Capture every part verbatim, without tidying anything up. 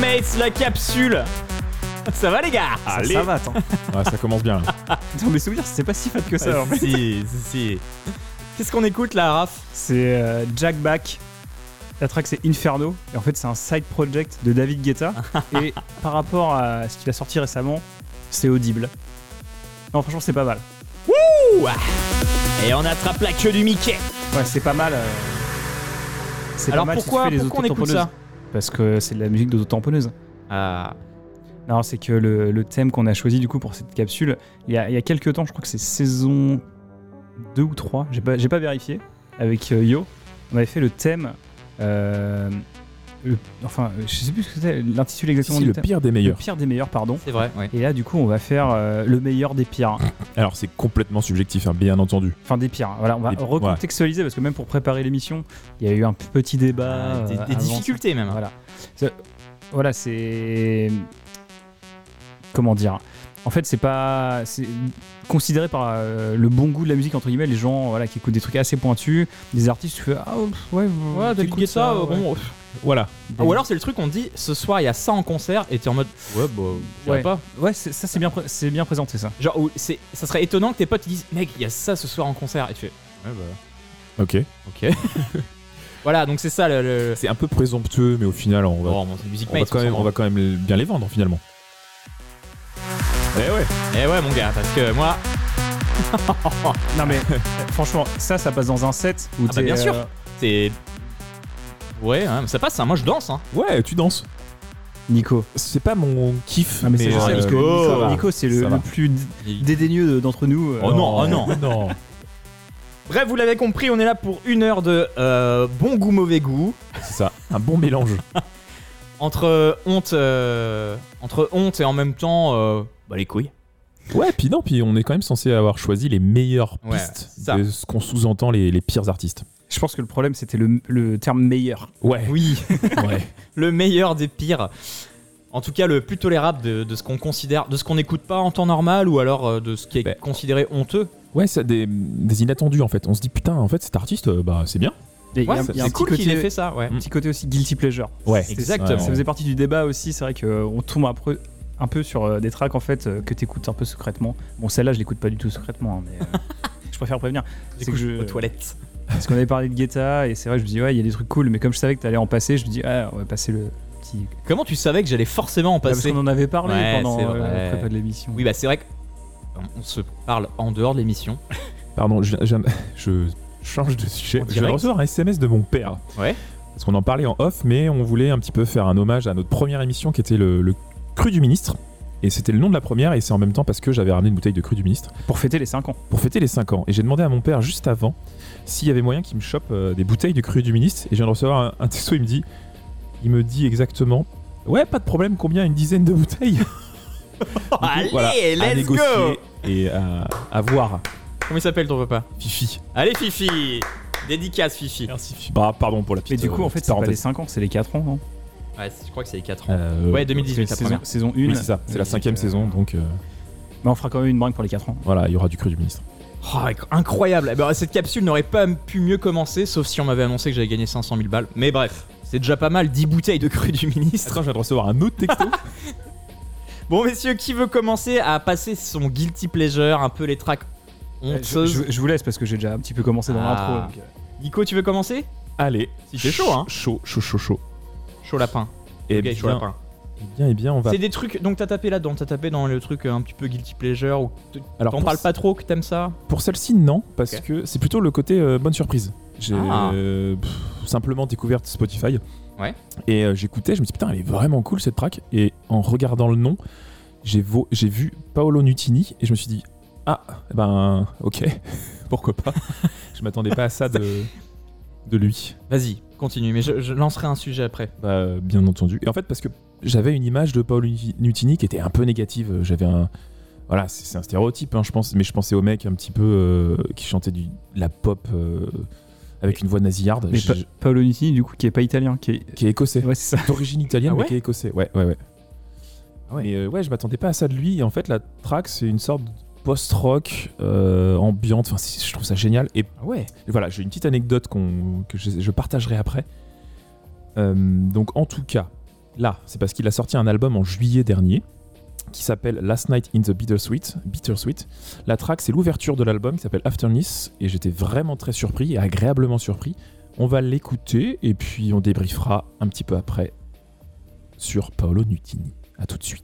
Mates, la capsule. Ça va les gars? Allez. Ça, ça va, attends. Ouais, ça commence bien. Dans mes souvenirs, c'est pas si fat que ça. Ouais, en fait. Si, si, si. Qu'est-ce qu'on écoute là, Raph? C'est euh, Jack Back. La track c'est Inferno. Et en fait, c'est un side project de David Guetta. Et par rapport à ce qu'il a sorti récemment, c'est audible. Non, franchement, c'est pas mal. Wouh! Et on attrape la queue du Mickey. Ouais, c'est pas mal. Euh... C'est Alors pas mal pourquoi, si tu fais les pourquoi on écoute ça? Parce que c'est de la musique d'auto-tamponneuse. Ah. Non, c'est que le, le thème qu'on a choisi du coup pour cette capsule, il y a, il y a quelques temps, je crois que c'est saison deux ou trois, j'ai pas, j'ai pas vérifié, avec euh, Yo, on avait fait le thème, euh, le, enfin, je sais plus ce que c'était, l'intitulé exactement si, du le thème. pire des meilleurs. Le pire des meilleurs, pardon. C'est vrai, ouais. Et là, du coup, on va faire euh, le meilleur des pires. Alors, c'est complètement subjectif, hein, bien entendu. Enfin, des pires. Voilà, on va Des- recontextualiser parce que même pour préparer l'émission, il y a eu un petit débat. Ah, des, euh, des avant. difficultés même. Voilà. C'est, voilà, c'est. Comment dire? En fait, c'est pas. C'est considéré par euh, le bon goût de la musique, entre guillemets, les gens voilà, qui écoutent des trucs assez pointus, des artistes, tu fais ah ouais, Ouais, David t'écoutes Guetta, ça, euh, ouais. bon. Voilà. Ah, ou alors c'est le truc, on te dit ce soir il y a ça en concert et t'es en mode ouais, bah, je Ouais. pas. Ouais, c'est, ça, c'est bien, pré- c'est bien présenté, ça. Genre, ou c'est, ça serait étonnant que tes potes te disent mec, il y a ça ce soir en concert et tu fais ouais, bah. Ok. Ok. Voilà, donc c'est ça le. le... C'est un peu présomptueux, mais au final, on va, Bon, bon, c'est musique on va, Mates, quand, même, on va quand même bien les vendre, finalement. Eh ouais. Eh ouais, mon gars, parce que moi. Non, mais franchement, ça, ça passe dans un set où Ah bah, t'es. bien sûr. euh, C'est. Ouais, hein, ça passe, hein. Moi je danse. Hein. Ouais, tu danses. Nico. C'est pas mon kiff, Ah, mais, c'est euh, je sais, parce que Nico, Nico, ça va. Nico, c'est le, Ça va. le plus d- dédaigneux d'entre nous. euh, Oh non, oh non. non. Bref, vous l'avez compris, on est là pour une heure de euh, bon goût, mauvais goût. C'est ça, un bon mélange. Entre euh, honte, euh, entre honte et en même temps, euh, bah les couilles. Ouais, puis non, puis on est quand même censé avoir choisi les meilleures Ouais, pistes ça. de ce qu'on sous-entend les, les pires artistes. Je pense que le problème, c'était le, le terme meilleur. Ouais. Oui, Ouais. le meilleur des pires. En tout cas, le plus tolérable de, de ce qu'on considère, de ce qu'on n'écoute pas en temps normal ou alors euh, de ce qui est Bah. considéré honteux. Ouais, c'est des, des inattendus en fait. On se dit putain, en fait, cet artiste, euh, bah c'est bien. Et il y a- Ouais, il y a un c'est petit cool qu'il côté- ait fait ça, ouais. un petit côté aussi guilty pleasure. Ouais, C'est- exactement. Ça faisait partie du débat aussi. C'est vrai qu'on tombe un peu, un peu sur euh, des tracks en fait euh, que t'écoutes un peu secrètement. Bon, celle-là, je l'écoute pas du tout secrètement, hein, mais euh, je préfère prévenir. C'est que je, aux toilettes. parce qu'on avait parlé de Guetta et c'est vrai, je me dis ouais, il y a des trucs cool, mais comme je savais que t'allais en passer, je me dis ah, on va passer le petit. Comment tu savais que j'allais forcément en Ah, parce passer? qu'on en avait parlé Ouais, pendant c'est euh, vrai. la prépa de l'émission. Oui, bah c'est vrai que on se parle en dehors de l'émission. Pardon, je, je, je change de sujet. En Je viens de direct recevoir un S M S de mon père. Ouais. Parce qu'on en parlait en off, mais on voulait un petit peu faire un hommage à notre première émission qui était le, le Cru du Ministre. Et c'était le nom de la première, et c'est en même temps parce que j'avais ramené une bouteille de Cru du Ministre Pour fêter les cinq ans. pour fêter les cinq ans. Et j'ai demandé à mon père juste avant s'il y avait moyen qu'il me chope euh, des bouteilles de Cru du Ministre. Et je viens de recevoir un, un texto, il me dit, il me dit exactement, ouais, pas de problème, combien? Une dizaine de bouteilles. Du coup, Allez, voilà, à let's négocier go. et à, à voir. Comment il s'appelle ton papa? Fifi. Allez Fifi. Dédicace Fifi. Merci Fifi. Bah, pardon pour la Mais petite du coup, euh, en fait, petite c'est pas les parenthèse. cinq ans, c'est les quatre ans, non? Ouais, je crois que c'est les quatre ans. Euh, Ouais, deux mille dix-huit, la saison, première. saison Oui, un. c'est ça, c'est la cinquième Euh, saison, donc euh, Mais on fera quand même une bringue pour les quatre ans. voilà, il y aura du Cru du Ministre. Oh, incroyable. Eh ben, cette capsule n'aurait pas pu mieux commencer, sauf si on m'avait annoncé que j'avais gagné cinq cent mille balles. Mais bref, c'est déjà pas mal, dix bouteilles de Cru du Ministre. Attends, je viens de recevoir un autre texto. Bon messieurs, qui veut commencer à passer son guilty pleasure, un peu les tracks Je, honteuses? je- je vous laisse parce que j'ai déjà un petit peu commencé dans Ah. l'intro. donc, euh, Nico, tu veux commencer? Allez, Si t'es chaud, hein. Chaud, chaud, chaud, chaud. Chaud lapin. Et Ok, chaud bien, lapin. eh bien, eh bien, on va. C'est des trucs, donc t'as tapé là-dedans, t'as tapé dans le truc euh, un petit peu guilty pleasure ou t- Alors, t'en pour parles ce- pas trop, que t'aimes ça? Pour celle-ci, non, parce Ok. que c'est plutôt le côté euh, bonne surprise. J'ai Ah. euh, pff, simplement découvert Spotify. Ouais. Et euh, j'écoutais, je me suis dit, putain, elle est vraiment cool cette track. Et en regardant le nom, j'ai, vo- j'ai vu Paolo Nutini et je me suis dit, ah, eh ben, ok, pourquoi pas. Je m'attendais pas à ça de, de lui. Vas-y, continue, mais je, je lancerai un sujet après. Bah, bien entendu. Et en fait, parce que j'avais une image de Paolo Nutini qui était un peu négative. J'avais un. Voilà, c'est, c'est un stéréotype, hein, je pense, mais je pensais au mec un petit peu euh, qui chantait du, de la pop euh, avec une voix nasillarde. Mais Je- Pa- Paolo Nutini, du coup, qui est pas italien, qui est. qui est écossais. Ouais, c'est ça. D'origine italienne, Ah ouais mais qui est écossais. Ouais, ouais, ouais. Ah ouais. Mais euh, ouais, je m'attendais pas à ça de lui. Et en fait, la track, c'est une sorte de post-rock euh, ambiante. Enfin, c'est- je trouve ça génial. Et Ah ouais. voilà, j'ai une petite anecdote qu'on, que je, je partagerai après. Euh, donc, en tout cas, là, c'est parce qu'il a sorti un album en juillet dernier qui s'appelle Last Night in the Bittersweet. Bittersweet. La track, c'est l'ouverture de l'album qui s'appelle Afterneath et j'étais vraiment très surpris et agréablement surpris. On va l'écouter et puis on débriefera un petit peu après sur Paolo Nutini. À tout de suite.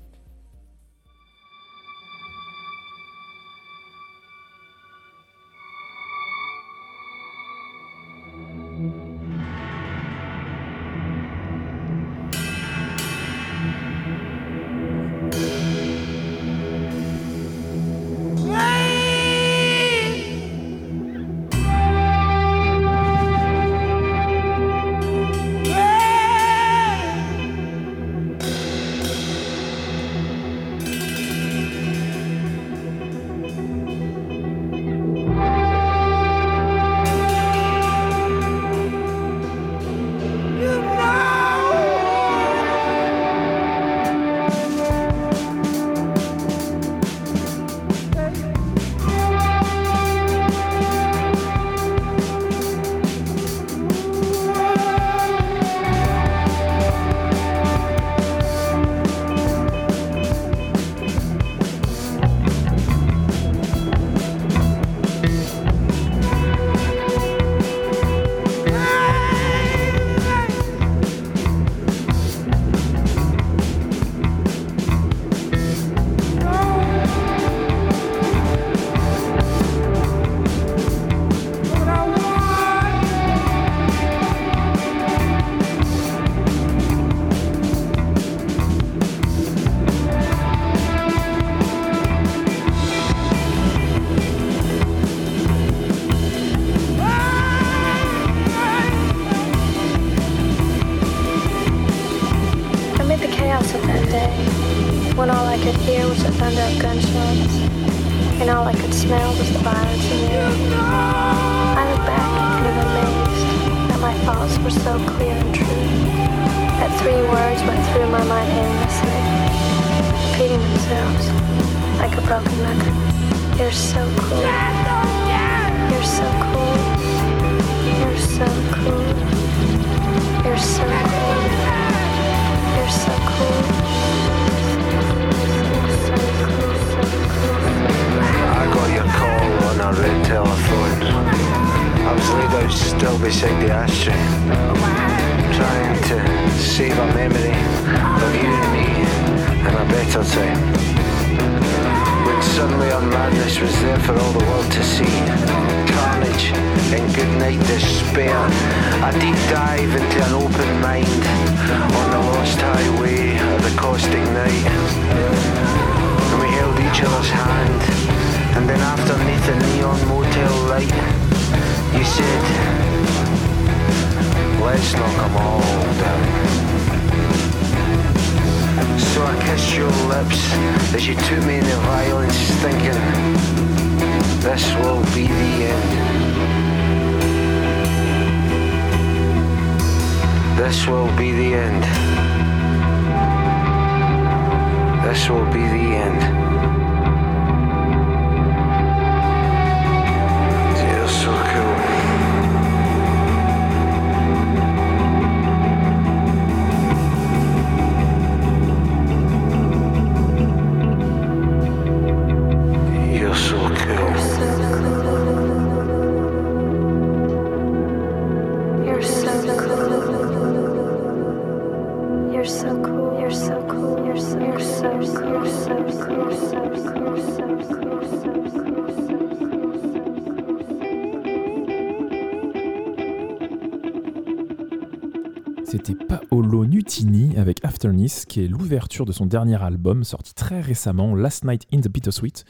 C'était Paolo Nutini avec Afterneath, qui est l'ouverture de son dernier album, sorti très récemment, Last Night in the Bittersweet.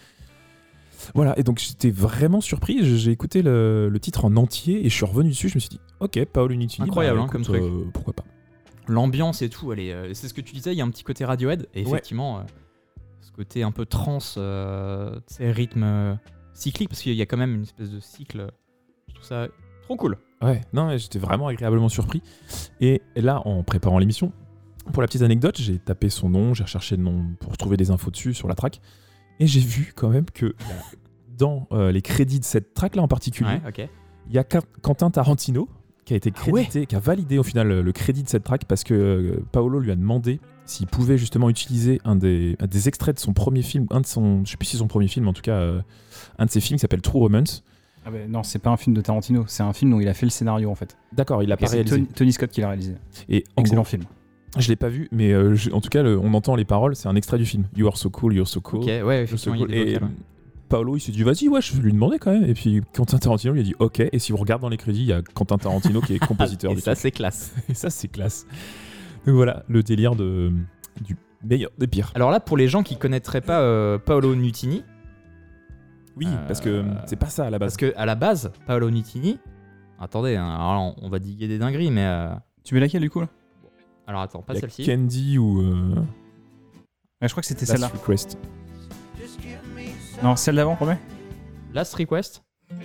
Voilà, et donc j'étais vraiment surpris, j'ai écouté le, le titre en entier et je suis revenu dessus, je me suis dit, ok, Paolo Nutini, incroyable bah, hein, écoute, comme truc. Euh, pourquoi pas. L'ambiance et tout, elle est, euh, c'est ce que tu disais, il y a un petit côté Radiohead, et effectivement, ouais. euh, ce côté un peu trans, euh, c'est rythme euh, cyclique, parce qu'il y a quand même une espèce de cycle, je trouve ça trop cool. Ouais, non, j'étais vraiment agréablement surpris. Et là, en préparant l'émission, pour la petite anecdote, j'ai tapé son nom, j'ai recherché le nom pour trouver des infos dessus sur la track, et j'ai vu quand même que dans euh, les crédits de cette track-là en particulier, ouais, okay. il y a Quentin Tarantino qui a été crédité, ah ouais. qui a validé au final le crédit de cette track parce que euh, Paolo lui a demandé s'il pouvait justement utiliser un des, un des extraits de son premier film, un de son, je sais plus si c'est son premier film, en tout cas euh, un de ses films qui s'appelle True Romance. Ah bah non, c'est pas un film de Tarantino, c'est un film dont il a fait le scénario en fait. D'accord, il l'a pas c'est réalisé. Tony, Tony Scott qui l'a réalisé. Et excellent gros, film. Je l'ai pas vu, mais euh, je, en tout cas, le, on entend les paroles, c'est un extrait du film. You are so cool, you're so cool. Ok, ouais, effectivement, so cool. il est Et vocal, ouais. Paolo, il s'est dit, vas-y, ouais, je vais lui demander quand même. Et puis Quentin Tarantino lui a dit, ok. Et si on regarde dans les crédits, il y a Quentin Tarantino qui est compositeur. Et du ça, film. c'est classe. Et ça, c'est classe. Donc voilà, le délire de, du meilleur des pires. Alors là, pour les gens qui connaîtraient pas euh, Paolo Nutini. Oui, euh, parce que c'est pas ça à la base. Parce que à la base, Paolo Nutini. Attendez, hein, alors on va diguer des dingueries, mais. Euh... Tu mets laquelle du coup là? Alors attends, pas il y a celle-ci. Candy ou. Euh... Ouais, je crois que c'était Last celle-là. Request. Non, celle d'avant, remets. Last Request.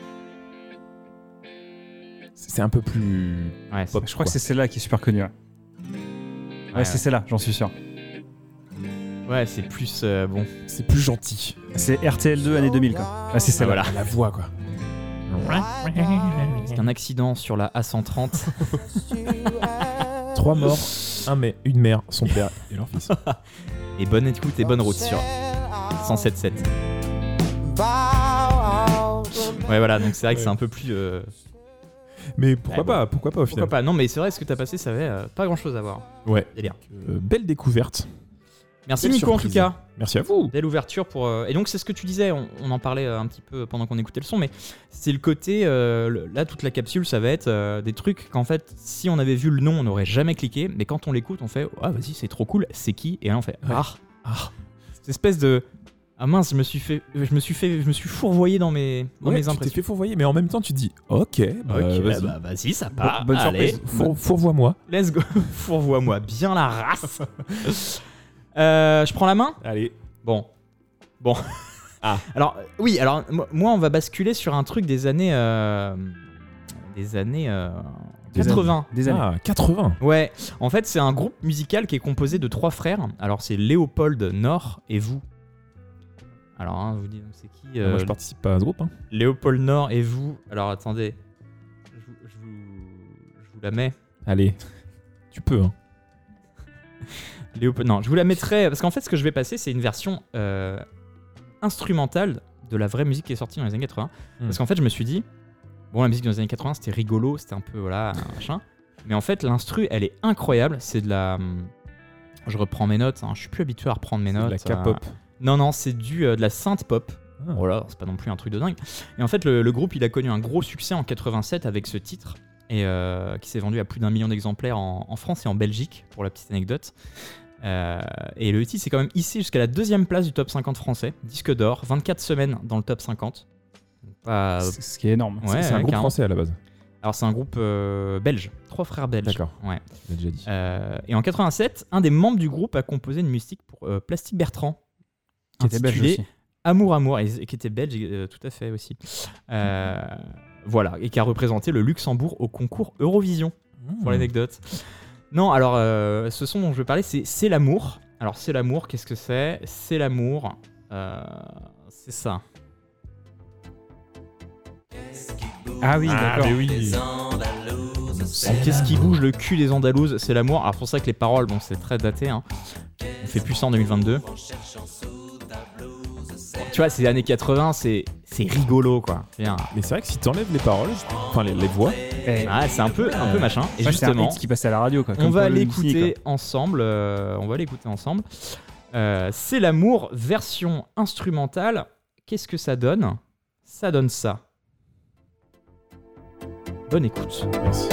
C'est un peu plus. Ouais, pop, je crois quoi. que c'est celle-là qui est super connue. Ouais, ouais, ouais c'est ouais. celle-là, j'en suis sûr. Ouais, c'est plus euh, bon. C'est plus gentil. C'est R T L deux année deux mille quoi. Ah, c'est Ah, celle-là. voilà. La voix, quoi. C'est un accident sur la A cent trente. Trois morts, un mais une mère, son père et leur fils. Et bonne écoute et bonne route sur cent sept sept. Ouais, voilà, donc c'est vrai que c'est un peu plus. Euh... Mais pourquoi Ouais, pas, bon. pourquoi pas au final. Pourquoi pas? Non, mais c'est vrai, ce que t'as passé, ça avait euh, pas grand chose à voir. Ouais. Délire. Euh, belle découverte. Merci Belle Nico surprise. en tout cas. Merci à vous. Belle ouverture pour. Euh... Et donc c'est ce que tu disais, on, on en parlait euh, un petit peu pendant qu'on écoutait le son, mais c'est le côté. Euh, le- là, toute la capsule, ça va être euh, des trucs qu'en fait, si on avait vu le nom, on n'aurait jamais cliqué, mais quand on l'écoute, on fait ah vas-y, c'est trop cool, c'est qui? Et là, on fait Ouais. ah, ah. Cette espèce de ah mince, je me suis fait, je me suis fait, je me suis fourvoyé dans mes, dans Ouais, mes tu t'es impressions. fait fourvoyer, mais en même temps, tu dis ok, bah, Ok, vas-y. bah vas-y, ça part. bonne Allez, surprise. Four- Fourvoie-moi. let's go. Fourvoie-moi bien la race. Euh, je prends la main. Allez. Bon. Bon. Ah. Alors, euh, oui, alors, mo- moi, on va basculer sur un truc des années. euh, des années. euh, Des quatre-vingts. Des années. Ah, quatre-vingts. Ouais, en fait, c'est un groupe musical qui est composé de trois frères. Alors, c'est Léopold, Nord et vous. Alors, hein, vous dites, c'est qui Ah, euh, Moi, je participe pas à ce groupe. Hein. Léopold, Nord et vous. Alors, attendez. Je, vous- je vous, je vous la mets. Allez. Tu peux. Hein. Léopold, non, je vous la mettrai. Parce qu'en fait, ce que je vais passer, c'est une version euh, instrumentale de la vraie musique qui est sortie dans les années quatre-vingts. Hmm. Parce qu'en fait, je me suis dit, bon, la musique dans les années quatre-vingts, c'était rigolo, c'était un peu, voilà, un machin. Mais en fait, l'instru, elle est incroyable. C'est de la. hum, Je reprends mes notes, hein, je suis plus habitué à reprendre mes C'est de notes. la K-pop. euh, Non, non, c'est du, euh, de la synth pop. Ah. Voilà, c'est pas non plus un truc de dingue. Et en fait, le, le groupe, il a connu un gros succès en quatre-vingt-sept avec ce titre, et euh, qui s'est vendu à plus d'un million d'exemplaires en, en France et en Belgique, pour la petite anecdote. Euh, et le titre, c'est quand même hissé jusqu'à la deuxième place du top cinquante français, disque d'or, vingt-quatre semaines dans le top cinquante. Donc, pas- C'est- Ce qui est énorme. Ouais, c'est un groupe carrément. français à la base. Alors, c'est un groupe euh, belge, trois frères belges. D'accord. Ouais. Tu l'as déjà dit. Euh, et en quatre-vingt-sept, un des membres du groupe a composé une musique pour euh, Plastique Bertrand, Qui était belge intitulée aussi. Amour Amour, et, et qui était belge, euh, tout à fait aussi. Euh, voilà, et qui a représenté le Luxembourg au concours Eurovision, pour Hmm. l'anecdote. Non, alors, euh, ce son dont je veux parler, c'est C'est l'amour. Alors, C'est l'amour, qu'est-ce que c'est? C'est l'amour, euh, c'est ça. Ah oui, Ah, d'accord. mais oui. Alors, qu'est-ce qui bouge le cul des Andalouses? C'est l'amour. Alors, c'est pour ça que les paroles, bon, c'est très daté. Hein. On fait plus ça en deux mille vingt-deux. Bon, tu vois, c'est les années quatre-vingts, c'est c'est rigolo, quoi. Bien. Mais c'est vrai que si t'enlèves les paroles, enfin les, les voix, Eh, Ah, c'est un peu, un peu machin. Et ouais, c'est un justement, hit qui passait à la radio. Quoi, on comme va Paolo Nutini, l'écouter quoi. ensemble. euh, on va l'écouter ensemble. Euh, c'est l'amour, version instrumentale. Qu'est-ce que ça donne? Ça donne ça. Bonne écoute. merci.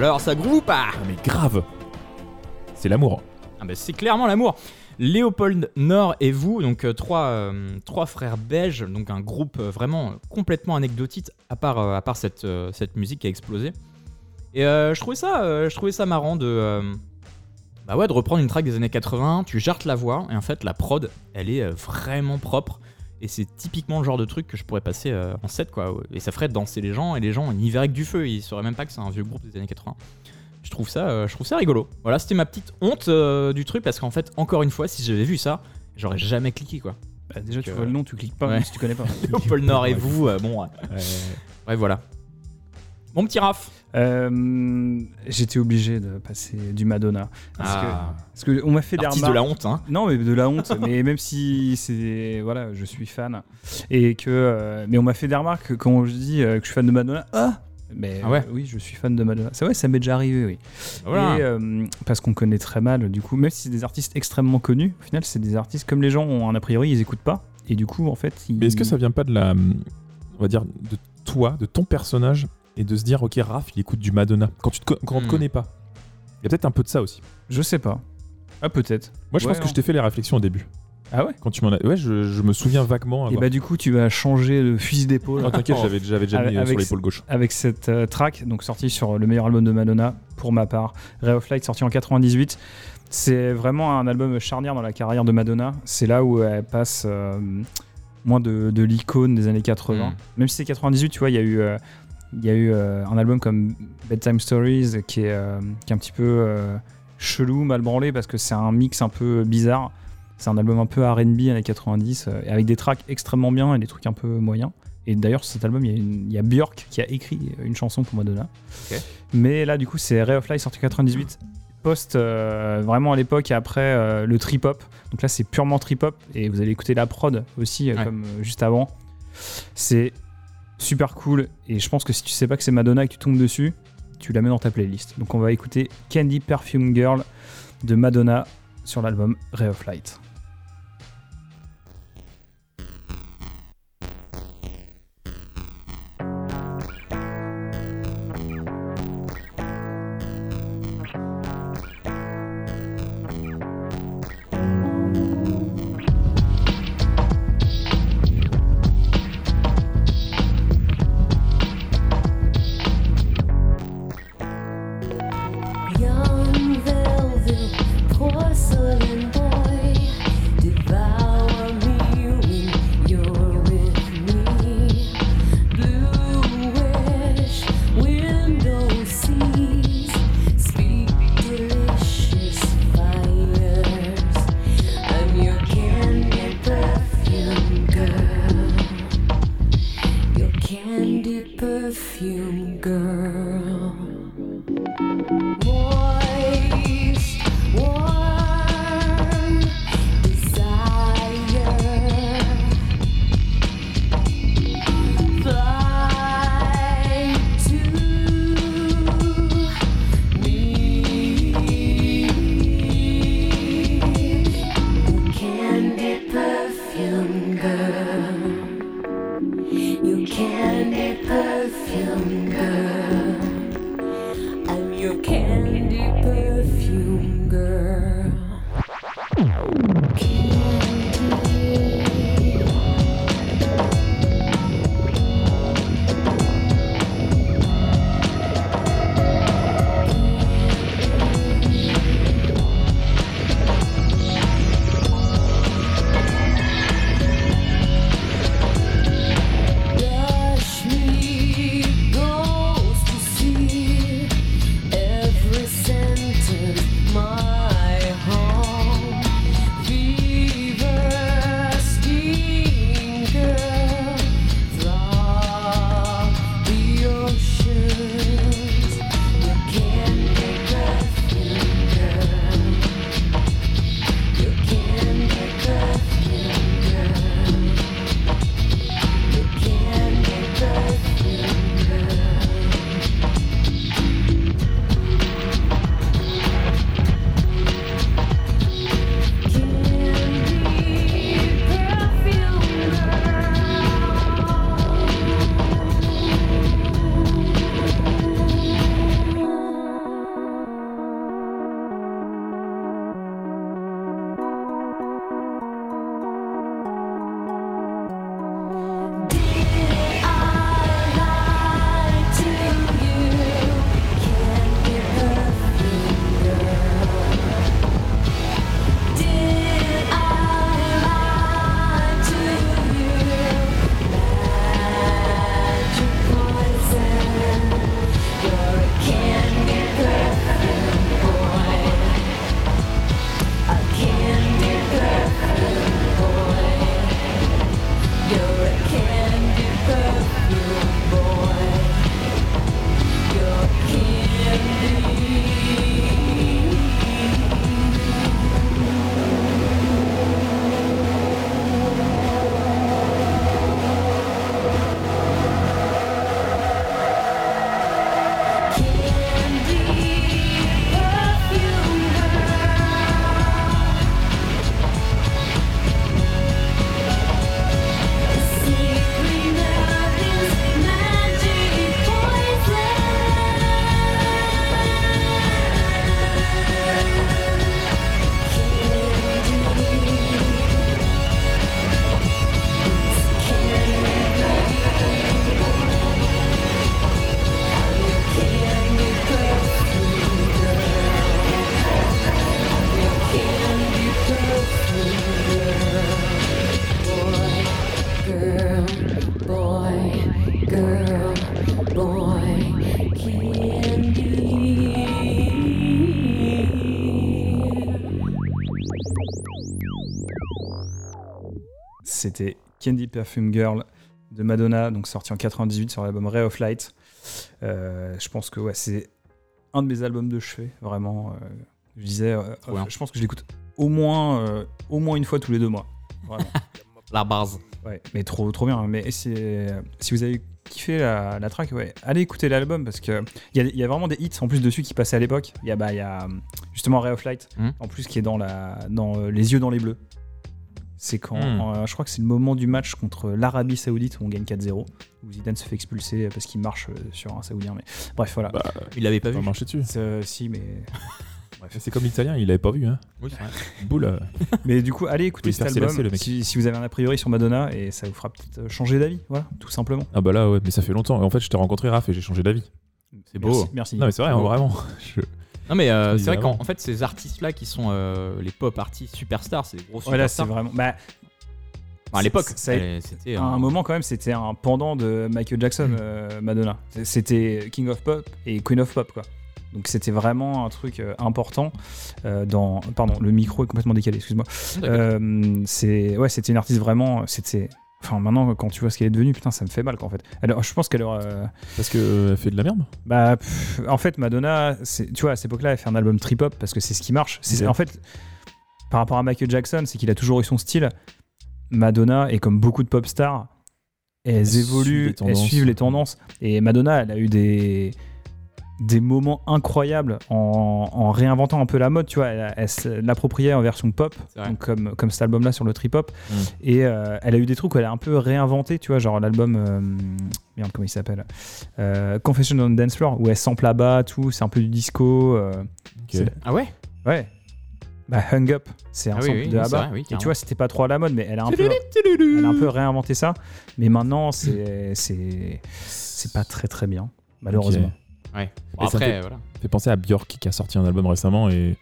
Alors, ça groove ou pas? Ah, mais grave. C'est l'amour. Ah bah c'est clairement l'amour. Léopold Nord et vous, donc euh, trois, euh, trois frères belges, donc un groupe euh, vraiment complètement anecdotique à part, euh, à part cette, euh, cette musique qui a explosé. Et euh, je trouvais ça, euh, je trouvais ça marrant de, euh, bah ouais, de reprendre une track des années quatre-vingts, tu jartes la voix et en fait la prod, elle est euh, vraiment propre. Et c'est typiquement le genre de truc que je pourrais passer euh, en set quoi. Et ça ferait danser les gens et les gens ils n'y verraient que du feu, ils sauraient même pas que c'est un vieux groupe des années quatre-vingts. Je trouve ça, euh, je trouve ça rigolo. Voilà, c'était ma petite honte euh, du truc parce qu'en fait, encore une fois, si j'avais vu ça, j'aurais jamais cliqué quoi. Bah, déjà, tu euh, vois le nom, tu cliques pas, ouais. même si tu connais pas. Léopold Nord et vous, euh, bon, ouais. Ouais. Ouais, voilà. Mon petit Raph. Euh, J'étais obligé de passer du Madonna. Parce Ah. que, parce que on m'a fait des Artiste remarques. de la honte, hein. Non, mais de la honte. Mais même si c'est voilà, je suis fan et que euh, mais on m'a fait des remarques quand je dis euh, que je suis fan de Madonna. Ah, mais Ah ouais. euh, oui, je suis fan de Madonna. C'est vrai, ça m'est déjà arrivé, oui. Voilà. Et euh, parce qu'on connaît très mal, du coup, même si c'est des artistes extrêmement connus, au final, c'est des artistes comme les gens ont un a priori, ils écoutent pas. Et du coup, en fait, ils... Mais est-ce que ça vient pas de la, on va dire, de toi, de ton personnage, et de se dire, ok, Raph, il écoute du Madonna quand tu te, co- quand on te Hmm. connaît pas. Il y a peut-être un peu de ça aussi. Je sais pas. Ah, peut-être. Moi, je Ouais, pense que hein. je t'ai fait les réflexions au début. Ah ouais. Quand tu m'en as, ouais, je, je me souviens vaguement. Et avoir- bah du coup, tu vas changer de fusil d'épaule. Oh, t'inquiète, j'avais, j'avais déjà mis Avec- euh, sur avec- l'épaule gauche. Avec cette euh, track, donc sortie sur le meilleur album de Madonna, pour ma part, Ray of Light, sorti en quatre-vingt-dix-huit. C'est vraiment un album charnière dans la carrière de Madonna. C'est là où elle passe euh, moins de, de l'icône des années quatre-vingts. Mm. Même si c'est quatre-vingt-dix-huit, tu vois, il y a eu, euh, il y a eu euh, un album comme Bedtime Stories qui est, euh, qui est un petit peu euh, chelou, mal branlé, parce que c'est un mix un peu bizarre. C'est un album un peu R and B années quatre-vingt-dix, euh, avec des tracks extrêmement bien et des trucs un peu moyens. Et d'ailleurs, sur cet album, il y, a une- il y a Björk qui a écrit une chanson pour Madonna. Ok. Mais là, du coup, c'est Ray of Light sorti en quatre-vingt-dix-huit, post euh, vraiment à l'époque et après euh, le trip-hop. Donc là, c'est purement trip-hop. Et vous allez écouter la prod aussi, euh, Ouais. comme euh, juste avant. C'est super cool. Et je pense que si tu sais pas que c'est Madonna et que tu tombes dessus, tu la mets dans ta playlist. Donc on va écouter Candy Perfume Girl de Madonna sur l'album Ray of Light. Young velvet porcelain boy, devour me when you're with me. Bluish window seas speak delicious fires. I'm your candy perfume girl, your candy perfume girl. Moist, warm desire. Fly to me. You candy perfume girl. You candy perfume girl. I'm your candy perfume girl. Rush me goes to see every sentence my home. Feel boy, girl, boy, candy. C'était Candy Perfume Girl de Madonna, donc sorti en quatre-vingt-dix-huit sur l'album Ray of Light. Euh, je pense que ouais, c'est un de mes albums de chevet, vraiment. Euh, je disais, euh, euh, je pense que je l'écoute au moins, euh, au moins une fois tous les deux mois. Vraiment. La base. Ouais, mais trop, trop bien. Mais si, si vous avez kiffé la, la track, ouais, allez écouter l'album parce que il y, y a vraiment des hits en plus dessus qui passaient à l'époque. Il y a, bah, y a justement Ray of Light, mmh. en plus qui est dans la, dans euh, les yeux dans les bleus. C'est quand, mmh. euh, je crois que c'est le moment du match contre l'Arabie Saoudite où on gagne quatre zéro, où Zidane se fait expulser parce qu'il marche sur un Saoudien. Mais bref, voilà. Bah, Il l'avait pas pas vu. marché dessus. C'est- si, mais Bref, c'est comme l'italien, il l'avait pas vu. Hein. Oui, c'est vrai. Boule. euh, mais du coup, allez écouter Il peut cet se faire album célasser, le mec. si, si vous avez un a priori sur Madonna et ça vous fera peut-être changer d'avis, voilà, tout simplement. Ah bah là, ouais, mais ça fait longtemps. En fait, je t'ai rencontré Raph et j'ai changé d'avis. C'est beau. Merci. merci. Non mais c'est vrai, hein, beau. vraiment. Je- Non mais euh, Je c'est vrai disais qu'en avant. en fait ces artistes-là qui sont euh, les pop artistes superstars, c'est des gros Voilà, c'est superstars. vraiment. Bah, Enfin, à l'époque, ça- elle- c'était à un moment quand même, c'était un pendant de Michael Jackson, Mm. euh, Madonna. C'était King of Pop et Queen of Pop, quoi. Donc c'était vraiment un truc euh, important euh, dans. Pardon, le micro est complètement décalé. Excuse-moi. D'accord. Euh, c'est ouais, c'était une artiste vraiment. C'était. Enfin, maintenant, quand tu vois ce qu'elle est devenue, putain, ça me fait mal, quoi, en fait. Alors, je pense qu'elle aura. euh, Parce qu'elle fait de la merde. Bah, pff, en fait, Madonna, c'est- tu vois, à cette époque-là, elle fait un album trip-hop parce que c'est ce qui marche. C'est, Ok. En fait, par rapport à Michael Jackson, c'est qu'il a toujours eu son style. Madonna, et comme beaucoup de pop stars, elles suit évoluent, les elles tendances. suivent les tendances. Et Madonna, elle a eu des, des moments incroyables en, en réinventant un peu la mode, tu vois. Elle, elle se l'appropriait en version pop, C'est vrai. donc comme, comme cet album-là sur le trip-hop. Mm. Et euh, elle a eu des trucs où elle a un peu réinventé, tu vois, genre l'album. euh, merde, comment il s'appelle euh, Confession on the Dance Floor, où elle sample là-bas, tout, c'est un peu du disco. euh, Ok. c'est- Ah ouais. ouais. Bah, Hung Up, c'est un Ah oui, sample oui, de oui, c'est ABBA. vrai, oui, Et tu carrément. vois, c'était pas trop à la mode, mais elle a un peu, elle a un peu réinventé ça. Mais maintenant, c'est, c'est, c'est pas très très bien, malheureusement. Ok. Ouais. Bon, Et ça après fait- voilà. Ça fait penser à Björk qui a sorti un album récemment et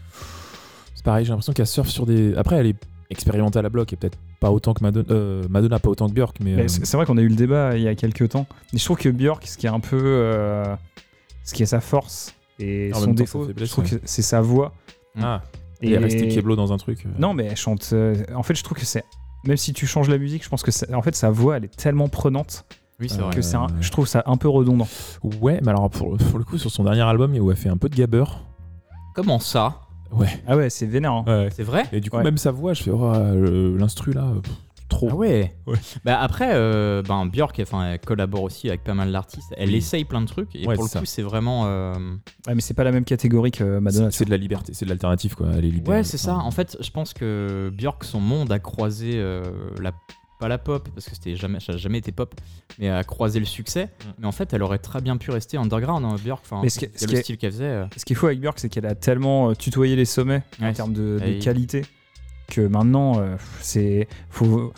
c'est pareil, j'ai l'impression qu'elle surfe sur des. Après, elle est expérimentée à la bloc et peut-être pas autant que Madonna, euh, Madonna pas autant que Björk, mais, Mais euh, c'est, c'est vrai qu'on a eu le débat il y a quelques temps. Mais je trouve que Björk, ce qui est un peu, euh, ce qui est sa force et En son même temps, défaut, sa faiblesse, je trouve ouais. que c'est sa voix. ah, Et et elle est restée Keblo dans un truc. euh. Non, mais elle chante. euh, en fait, je trouve que c'est. Même si tu changes la musique, je pense que c'est- en fait sa voix, elle est tellement prenante Oui, c'est Euh, vrai. que c'est un- je trouve ça un peu redondant. Ouais, mais alors pour, pour le coup, sur son dernier album où elle fait un peu de gabber. Comment ça? Ouais. Ah ouais, c'est vénère. hein. ouais. C'est vrai? Et du coup, Ouais. même sa voix, je fais oh, le- l'instru là, pff, trop. Ah ouais. Ouais. Bah après, euh, ben Björk, enfin, elle collabore aussi avec pas mal d'artistes. Elle Oui. essaye plein de trucs et Ouais, pour le c'est coup, ça. c'est vraiment. euh, Ouais, mais c'est pas la même catégorie que Madonna. C'est c'est de la liberté, c'est de l'alternative quoi. Elle est libre. Ouais, c'est ça. En fait, je pense que Björk, son monde a croisé euh, la pas la pop parce que c'était jamais, ça a jamais été pop, mais a croisé le succès. Mm. Mais en fait, elle aurait très bien pu rester underground, hein, Björk. Enfin, Mais ce qui- il y a ce le qui est- style qu'elle faisait. euh. Ce qui est fou avec Björk, c'est qu'elle a tellement euh, tutoyé les sommets en Ouais, termes de, de et- qualité que maintenant, euh, c'est. Faut...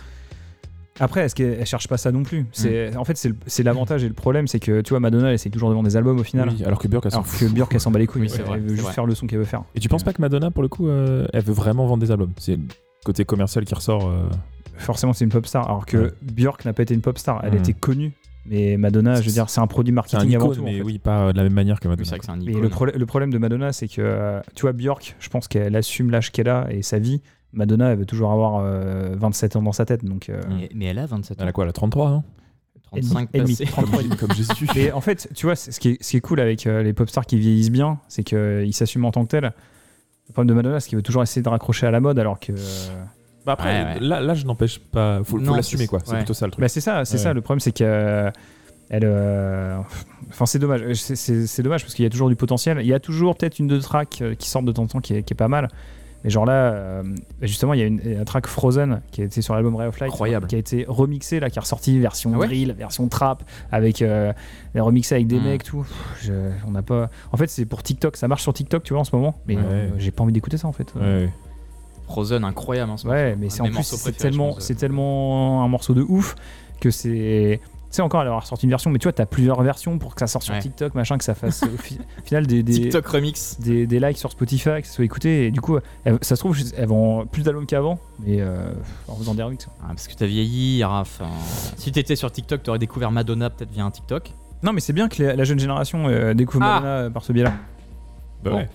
Après, est-ce qu'elle elle cherche pas ça non plus c'est, En fait, c'est, le- c'est l'avantage et le problème, c'est que tu vois, Madonna, elle essaie toujours de vendre des albums au final. Oui, alors que Björk, elle s'en Alors fout. que Björk, elle s'en bat les couilles. Oui, c'est elle vrai, veut c'est juste vrai. faire le son qu'elle veut faire. Et tu penses pas que Madonna, pour le coup, euh, elle veut vraiment vendre des albums? C'est le côté commercial qui ressort. euh, Forcément, c'est une pop star. Alors que Ouais. Björk n'a pas été une pop star. Elle Mhm. était connue. Mais Madonna, je veux dire, c'est un produit C'est un marketing avant icône, tout. en mais fait. oui, pas de la même manière que Oui, Madonna. c'est vrai que c'est un Mais icône. le, prole- le problème de Madonna, c'est que, euh, tu vois, Björk, je pense qu'elle assume l'âge qu'elle a et sa vie. Madonna, elle veut toujours avoir euh, vingt-sept ans dans sa tête. Donc, euh, Mais, mais elle a vingt-sept Elle ans. a quoi? Elle a trentretrois, non? trente-cinq et demi, passés. trente-trois et demi. Comme Jésus. Et en fait, tu vois, c'est- ce qui est, ce qui est cool avec euh, les pop stars qui vieillissent bien, c'est qu'ils s'assument en tant que tels. Le problème de Madonna, c'est qu'il veut toujours essayer de raccrocher à la mode, alors que. euh, Bah après, Ouais, ouais. Là, là, je n'empêche pas. Faut, faut Non, l'assumer, c'est- quoi. C'est ouais. plutôt ça le truc. Bah, c'est ça, c'est Ouais. ça. Le problème, c'est que. euh, Elle, euh, enfin, c'est dommage. C'est, c'est- c'est dommage parce qu'il y a toujours du potentiel. Il y a toujours peut-être une deux tracks euh, qui sortent de temps en temps qui est, qui est pas mal. Mais genre là, euh, justement, il y a une, un track Frozen qui a été sur l'album Ray of Light, Incroyable. qui a été remixé là, qui est ressorti version Ah ouais drill, version trap, avec euh, remixé avec des Mm. mecs, tout. Pff, je- on n'a pas. En fait, c'est pour TikTok. Ça marche sur TikTok, tu vois, en ce moment. Mais Ouais. euh, j'ai pas envie d'écouter ça, en fait. Ouais, ouais. Frozen, incroyable. Hein, ce Ouais, morceau. mais Un c'est de en mes plus morceaux c'est préférés, je tellement, pense. c'est tellement un morceau de ouf que c'est. sais encore, elle aura sorti une version, mais tu vois, t'as plusieurs versions pour que ça sorte sur Ouais. TikTok, machin, que ça fasse au fi- au final des, des, TikTok remix. des, des likes sur Spotify, que ça soit écouté. Et du coup, elles- ça se trouve, elles vont plus d'albums qu'avant, mais euh, en faisant des remixes. Ah, parce que t'as vieilli, Raph. Enfin, si t'étais sur TikTok, t'aurais découvert Madonna peut-être via un TikTok. Non, mais c'est bien que la, la jeune génération euh, découvre Ah. Madonna euh, par ce biais-là. Bah Bon. ouais.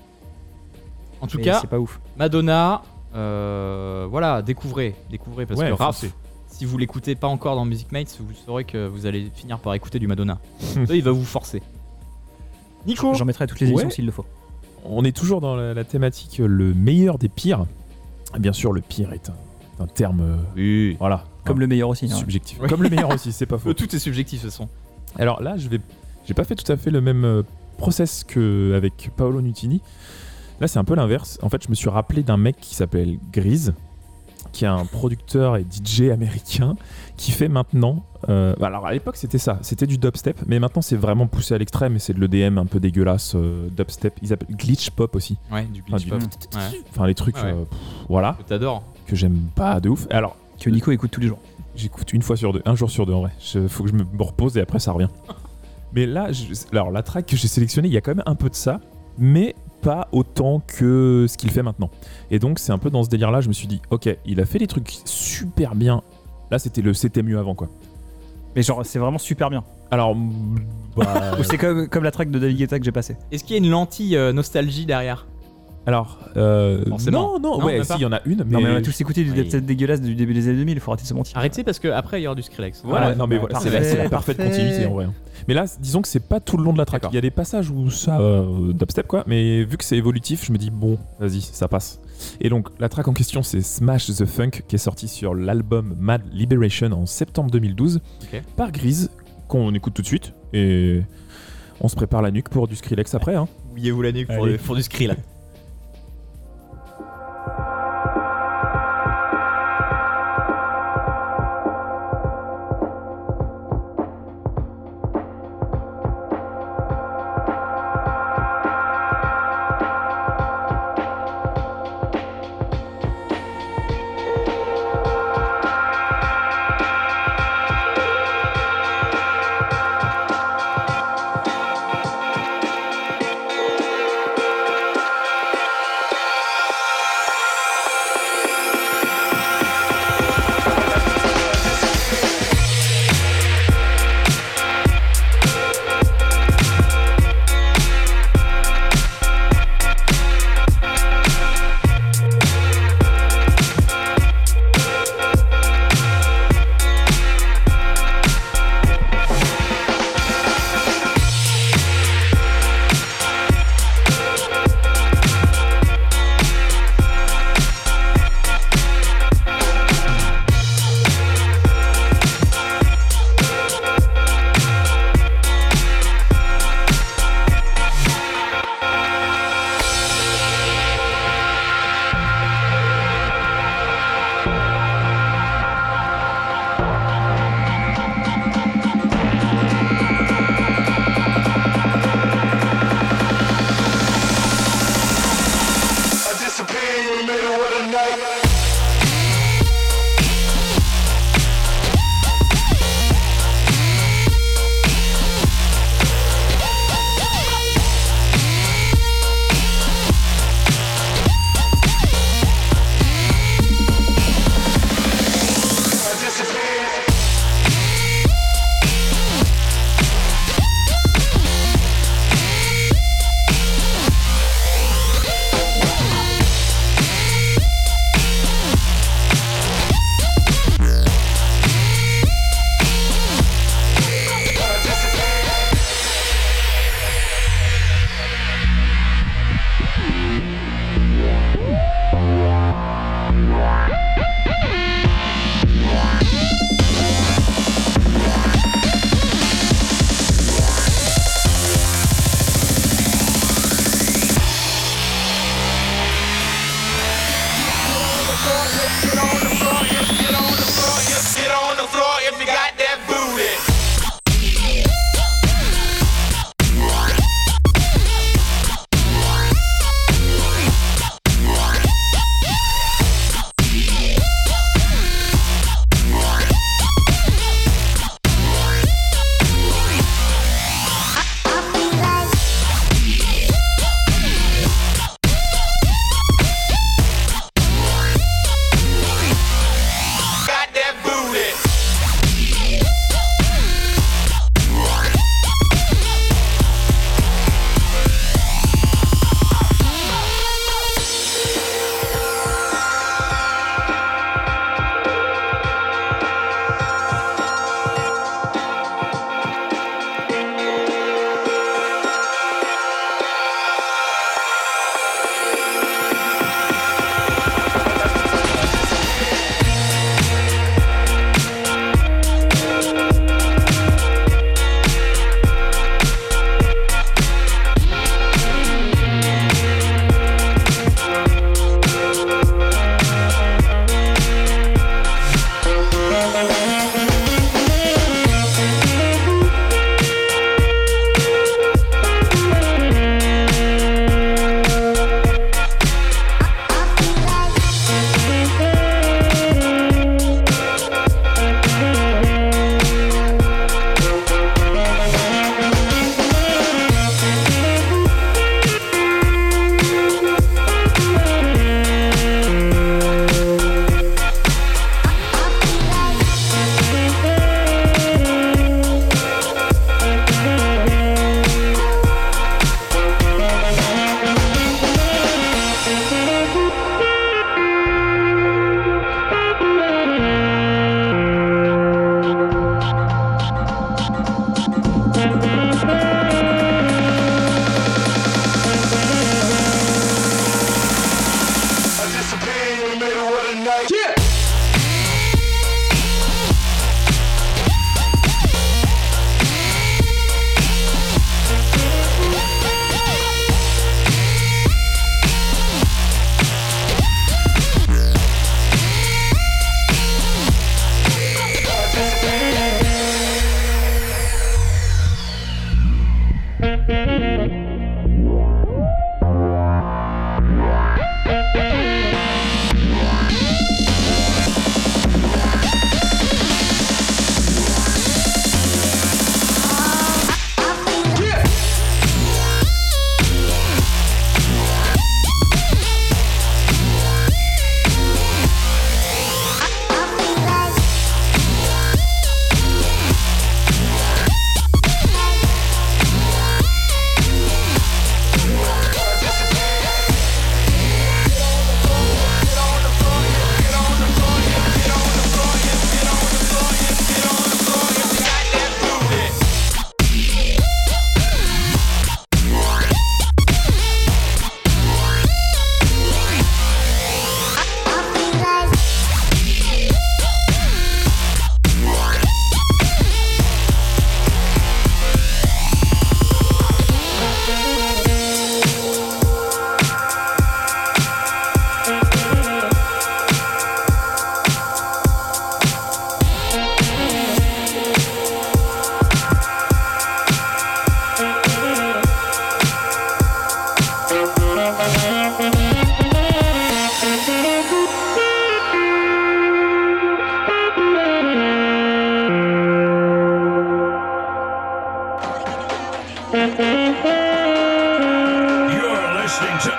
En tout Mais cas, c'est pas ouf. Madonna, euh, voilà, découvrez, découvrez parce Ouais, que Raph, foncez. si vous l'écoutez pas encore dans Music Mates, vous saurez que vous allez finir par écouter du Madonna. Là, il va vous forcer. Nico, J'en mettrai toutes les éditions Ouais. s'il le faut. On est toujours dans la, la thématique euh, le meilleur des pires. Bien sûr, le pire est un, un terme, euh, oui. voilà, Comme hein, le meilleur aussi. hein. subjectif. Ouais. Comme le meilleur aussi, c'est pas faux. Tout est subjectif de toute façon. Alors là, je vais, j'ai pas fait tout à fait le même euh, process qu'avec Paolo Nutini. Là, c'est un peu l'inverse. En fait, je me suis rappelé d'un mec qui s'appelle Grease, qui est un producteur et D J américain qui fait maintenant. euh, bah alors à l'époque, c'était ça, c'était du dubstep, mais maintenant c'est vraiment poussé à l'extrême et c'est de l'E D M un peu dégueulasse, euh, dubstep. Ils appellent glitch pop aussi. Ouais, du glitch du- pop. Ouais. Enfin, les trucs, Ouais, ouais. euh, pff, voilà, Que t'adores. que j'aime pas de ouf. Alors, Que Nico écoute tous les jours. j'écoute une fois sur deux, un jour sur deux en vrai. Il faut que je me me repose et après ça revient. Mais là, je- alors la track que j'ai sélectionnée, il y a quand même un peu de ça, mais pas autant que ce qu'il fait maintenant. Et donc c'est un peu dans ce délire-là, je me suis dit, ok, il a fait des trucs super bien. Là, c'était le c'était mieux avant quoi. Mais genre, c'est vraiment super bien. Alors, mm, bah, Ou c'est comme, comme la track de David Guetta que j'ai passée. Est-ce qu'il y a une lentille euh, nostalgie derrière? alors, euh, Forcément. non, non, Non, ouais, même si, pas. il y en a une, mais Non, mais on a tous écouté du Oui. dubstep dégueulasse du début des années deux mille, il faut arrêter de se mentir. Arrêtez parce que après il y aura du Skrillex. Voilà, Ouais, non mais bah, voilà, c'est la, parfait, c'est la parfaite parfait. continuité en vrai. hein. Mais là, c- disons que c'est pas tout le long de la track. D'accord. Il y a des passages où ça euh, dubstep quoi, mais vu que c'est évolutif, je me dis bon, vas-y, ça passe. Et donc la track en question, c'est Smash the Funk qui est sorti sur l'album Mad Liberation en septembre deux mille douze Ok. par Grease qu'on écoute tout de suite et on se prépare la nuque pour du Skrillex après. Hein. Mouillez-vous la nuque pour, Allez. le- pour du Skrill.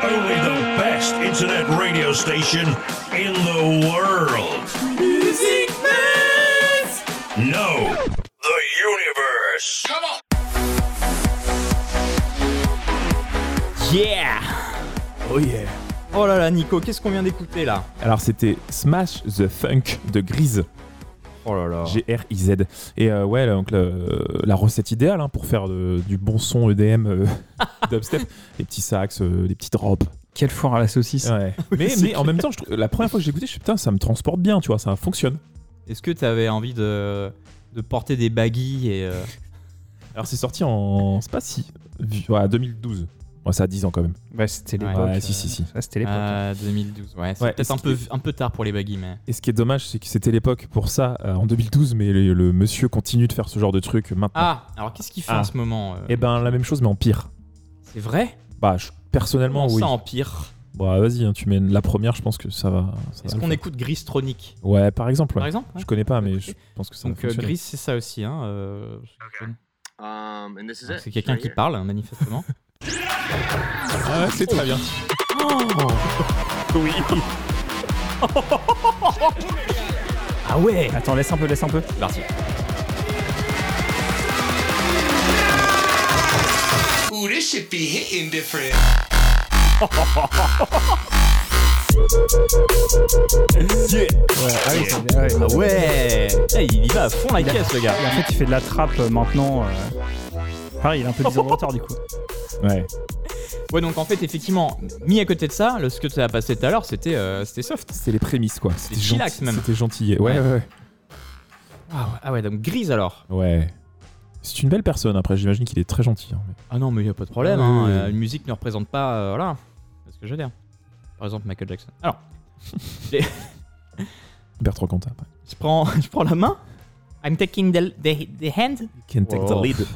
Only the best internet radio station in the world. Music Maze! No, the universe. Come on! Yeah! Oh yeah. Oh là là, Nico, qu'est-ce qu'on vient d'écouter là? Alors c'était Smash the Funk de Grease. Oh là là. G R I Z. Et euh, ouais, donc le- la recette idéale hein, pour faire de- du bon son E D M euh, dubstep. Les petits sax, euh, les petits drops. Quelle foire à la saucisse. Ouais. mais mais en même temps, je trouve- la première fois que j'ai écouté, je suis putain, ça me transporte bien, tu vois, ça fonctionne. Est-ce que t'avais envie de, de porter des baggies et. euh, Alors c'est sorti en. C'est pas si. Ouais, deux mille douze. Ouais, ça a dix ans quand même. Bah, c'était Ouais. l'époque. Ouais, si, si, si. Ça, c'était l'époque. euh, deux mille douze, ouais. C'est Ouais, peut-être et un ce peu, qui un peu tard pour les baggies, mais. Et ce qui est dommage, c'est que c'était l'époque pour ça euh, en deux mille douze, mais le, le monsieur continue de faire ce genre de truc maintenant. Ah, alors qu'est-ce qu'il fait Ah. en ce moment euh, Et ben la même chose, mais en pire. C'est vrai? Bah, je- personnellement, Comment oui. ça en pire? Bah, vas-y, hein, tu mets la première, je pense que ça va. ça va Est-ce le qu'on faire. écoute Gristronic? Ouais, par exemple. Par ouais. exemple? Ouais. Je connais pas, mais je pense que ça Donc va euh, fonctionner. Gris, c'est ça aussi. Hein, euh, Um, and this is donc it. c'est quelqu'un right qui here. parle, manifestement. Ah ouais, c'est très bien. Oui. Ah ouais. Attends, laisse un peu, laisse un peu. C'est parti. Ooh, this shit be hitting different. Yeah. Ah oui, c'est- ouais. Ah ouais. Eh, il y va à fond la Il a- caisse, le gars. Et en fait, il fait de la trappe euh, maintenant. euh, Pareil, il a un peu dix ans de retard du coup. Ouais. Ouais, donc en fait, effectivement, mis à côté de ça, le, ce que tu as passé tout à l'heure, c'était euh, c'était soft. C'est les prémices, quoi. C'était chillax, gentil- même. C'était gentil. Ouais, ouais, ouais. Ah ouais, ah ouais, donc Grise alors. Ouais. C'est une belle personne, après, j'imagine qu'il est très gentil. hein, mais- Ah non, mais il y a pas de problème. Ah oui, hein, oui, euh, oui. Une musique ne représente pas. euh, voilà. C'est ce que je veux dire. Par exemple, Michael Jackson. Alors, Bertrand Cantat. après. je prends, je prends la main. I'm taking the, the, the hand. Can take Oh. the lead.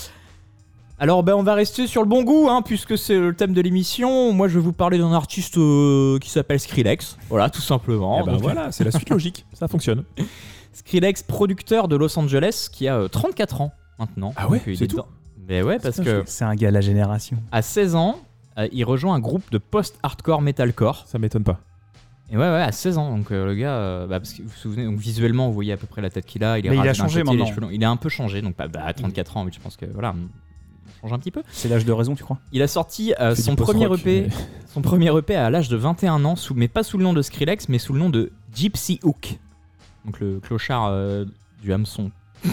Alors, ben, on va rester sur le bon goût, hein, puisque c'est le thème de l'émission. Moi, je vais vous parler d'un artiste euh, qui s'appelle Skrillex. Voilà, tout simplement. Eh ben Donc, voilà, c'est la suite logique. Ça fonctionne. Skrillex, producteur de Los Angeles, qui a euh, trente-quatre ans maintenant. Ah ouais, Donc, il c'est est tout dans- Mais ouais, parce que C'est un gars à la génération. à seize ans, euh, il rejoint un groupe de post-hardcore metalcore. Ça m'étonne pas. Et ouais, ouais, à seize ans. Donc euh, le gars, euh, bah, parce que vous vous souvenez, donc, visuellement, vous voyez à peu près la tête qu'il a. Il, est Mais il a rasé d'un changé côté, les maintenant. cheveux longs. Il a un peu changé. Donc bah, bah, à trente-quatre ans, oui, je pense que voilà, il change un petit peu. C'est l'âge de raison, tu crois? Il a sorti euh, Il fait son du premier E post-rock, P, mais- son premier E P à l'âge de vingt et un ans, sous, mais pas sous le nom de Skrillex, mais sous le nom de Gypsy Hook. Donc le clochard euh, du hameçon.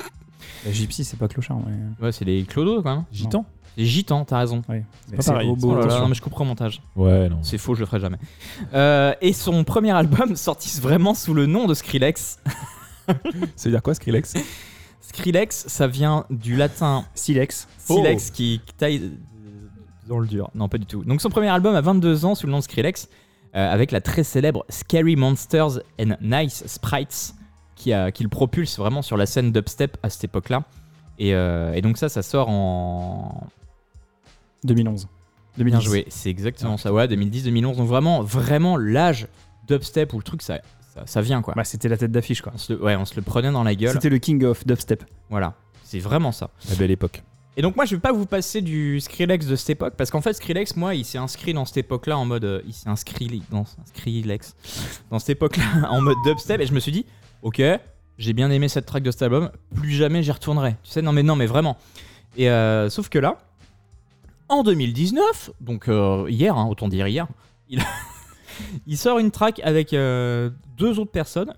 La Gypsy, c'est pas clochard. Mais... Ouais, c'est les clodos quand même. Gitan. Les gitans, t'as raison. Ouais. pas pareil, robot, Oh là là, attention. non, mais je couperai au montage. Ouais, non. C'est faux, je le ferai jamais. Euh, et son premier album sorti vraiment sous le nom de Skrillex. Ça veut dire quoi, Skrillex? Skrillex, ça vient du latin Silex. silex qui taille dans le dur. Non, pas du tout. Donc son premier album à vingt-deux ans sous le nom de Skrillex, euh, avec la très célèbre Scary Monsters and Nice Sprites, qui, a, qui le propulse vraiment sur la scène dubstep à cette époque-là. Et, euh, et donc ça, ça sort en... deux mille onze. deux mille Bien dix. joué, c'est exactement ça. Ouais, deux mille dix deux mille onze. Donc vraiment, vraiment l'âge dubstep où le truc, ça, ça, ça vient quoi. Bah, c'était la tête d'affiche, quoi. On se le, ouais, on se le prenait dans la gueule. C'était le king of dubstep. Voilà, c'est vraiment ça. La belle époque. Et donc moi je vais pas vous passer du Skrillex de cette époque parce qu'en fait Skrillex, moi il s'est inscrit dans cette époque-là en mode euh, il s'est inscrit dans Skrillex dans cette époque-là en mode dubstep et je me suis dit ok, j'ai bien aimé cette track de cet album, plus jamais j'y retournerai. Tu sais, non mais non mais vraiment. Et euh, sauf que là en deux mille dix-neuf, donc euh, hier, hein, autant dire hier, il, il sort une track avec euh, deux autres personnes.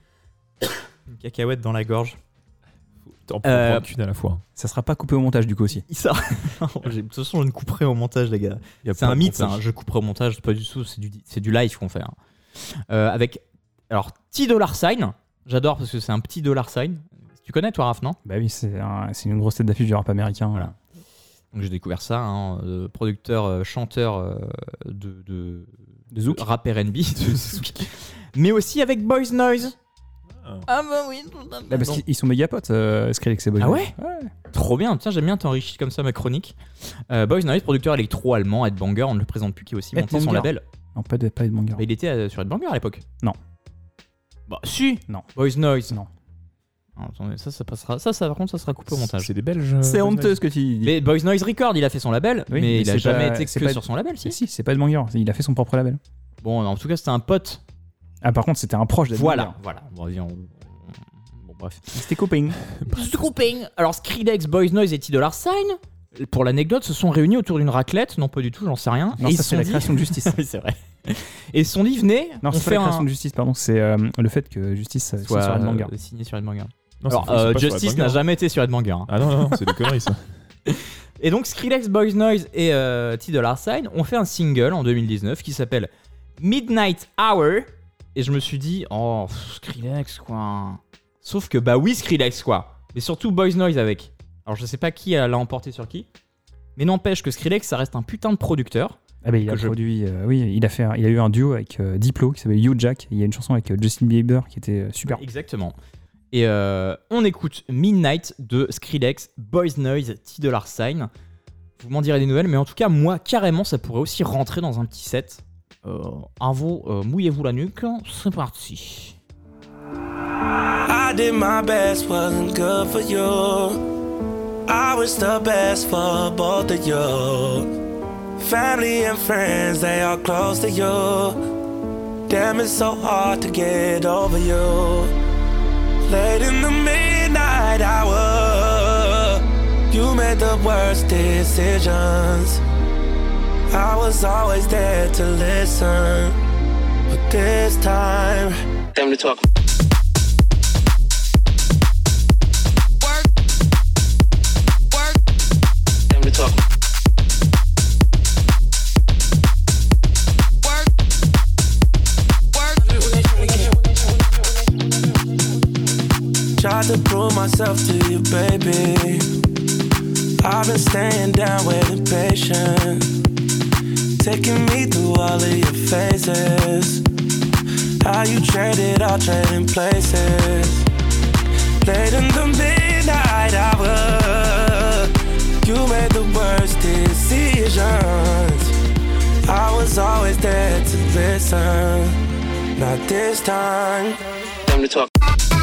Une cacahuète dans la gorge. T'en Euh, prends qu'une à la fois. Ça sera pas coupé au montage, du coup, aussi. Il sort. J'ai- de toute façon, je ne couperai au montage, les gars. Y a C'est pas un de mythe, ça, montage. hein. Je couperai au montage, pas du tout. C'est du, c'est du live qu'on fait. hein. Euh, avec alors T dollar sign. J'adore parce que c'est un petit dollar sign. Tu connais toi, Raph, non? Bah oui, c'est un- c'est une grosse tête d'affiche du rap américain. Voilà. Donc j'ai découvert ça, hein, euh, producteur, euh, chanteur euh, de, de, De Zouk. rap R and B, de Zouk. Mais aussi avec Boys Noise. Ah. Ah bah oui, tout à fait. Bah, parce Donc, qu'ils sont méga potes, euh, Skrillex et Boy Ah Noise. ouais trop bien, tiens, j'aime bien t'enrichir comme ça ma chronique. Euh, Boys Noise, producteur électro-allemand, Headbanger, on ne le présente plus, qui a aussi monté son Headbanger. label. Non, pas de, pas de manga. Bah, il était euh, sur Headbanger à l'époque. Non. Bah si. Non. Boys Noise. Non. Ah, attendez, ça, ça passera. Ça, ça, par contre, ça sera coupé au montage. C'est des Belges. C'est Boys honteux Noise. ce que tu dis. Mais Boys Noise Record, il a fait son label, Oui, mais, mais il a c'est jamais pas- été c'est que pas- sur son label, si. Si, c'est pas de banger. Il a fait son propre label. Bon, en tout cas, c'était un pote. Ah, par contre, c'était un proche d'Ed Voilà, Banger. voilà. Bon, vas-y, on- on- bon, bref. C'était copain. Grouping. Alors Skrillex, Boys Noise et T Dollar Sign, pour l'anecdote, se sont réunis autour d'une raclette. Non, pas du tout, j'en sais rien. Non, et ça, ils c'est se la sont création dit... de Justice. Oui, c'est vrai. Et ils se sont dit, venez, Non, on c'est fait pas la création un... de Justice, pardon. C'est euh, le fait que Justice euh, soit sur Ed Banger. euh, signé sur Ed Banger. Non, Alors, c'est faux, c'est euh, pas sur Justice Ed n'a Banger. jamais été sur Ed Banger. hein. Ah non, non, non, c'est des conneries ça. Et donc Skrillex, Boys Noise et euh, T Dollar Sign ont fait un single en deux mille dix-neuf qui s'appelle Midnight Hour. Et je me suis dit, oh, pff, Skrillex quoi. Sauf que bah oui, Skrillex quoi. Mais surtout Boys Noise avec. Alors je sais pas qui l'a emporté sur qui. Mais n'empêche que Skrillex, ça reste un putain de producteur. Ah bah il a que je- produit, euh, oui, il a fait, un- il a eu un duo avec euh, Diplo qui s'appelle You Jack. Il y a une chanson avec euh, Justin Bieber qui était euh, super. Exactement. Et euh, on écoute Midnight de Skrillex, Boys Noise, T Dollar Sign. Vous m'en direz des nouvelles, mais en tout cas, moi, carrément, ça pourrait aussi rentrer dans un petit set. Euh, à vous, euh, mouillez-vous la nuque, c'est parti. I did my best, wasn't good for you. I was the best for both of you. Family and friends, they are close to you. Damn, it's so hard to get over you. Late in the midnight hour, you made the worst decisions. I was always there to listen, but this time, time to talk. Work, work, time to talk. Work, work. Tried to prove myself to you, baby. I've been staying down, waiting patient. Taking me through all of your phases. How you traded, all trading places. Late in the midnight hour, you made the worst decisions. I was always there to listen. Not this time. Time to talk.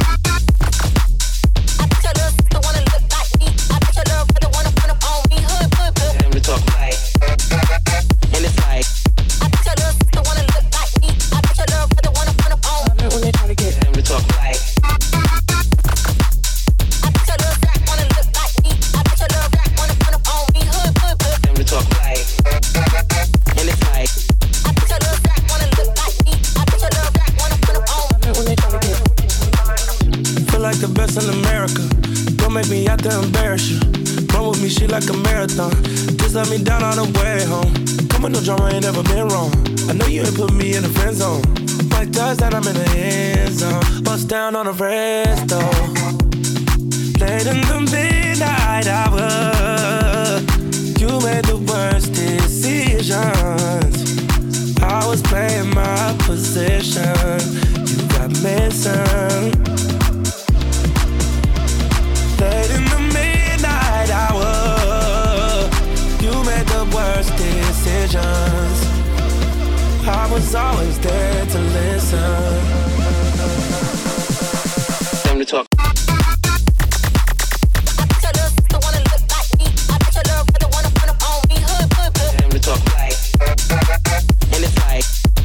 Time to talk. And it's like when they try to get him to talk like him to talk like and it's like when they try to get feel like the best in America. Don't make me out to embarrass you. Run with me, she like a marathon. Just let me down on the way home. Come with no drama, ain't never been wrong. I know you ain't put me in the friend zone. Mike does that, I'm in the end zone. Bust down on the resto. Late in the midnight hour, you made the worst decisions. I was playing my position. You got missing. Late in the midnight hour, you made the worst decisions. I was always there to listen. Time to talk. Time to talk like and it's like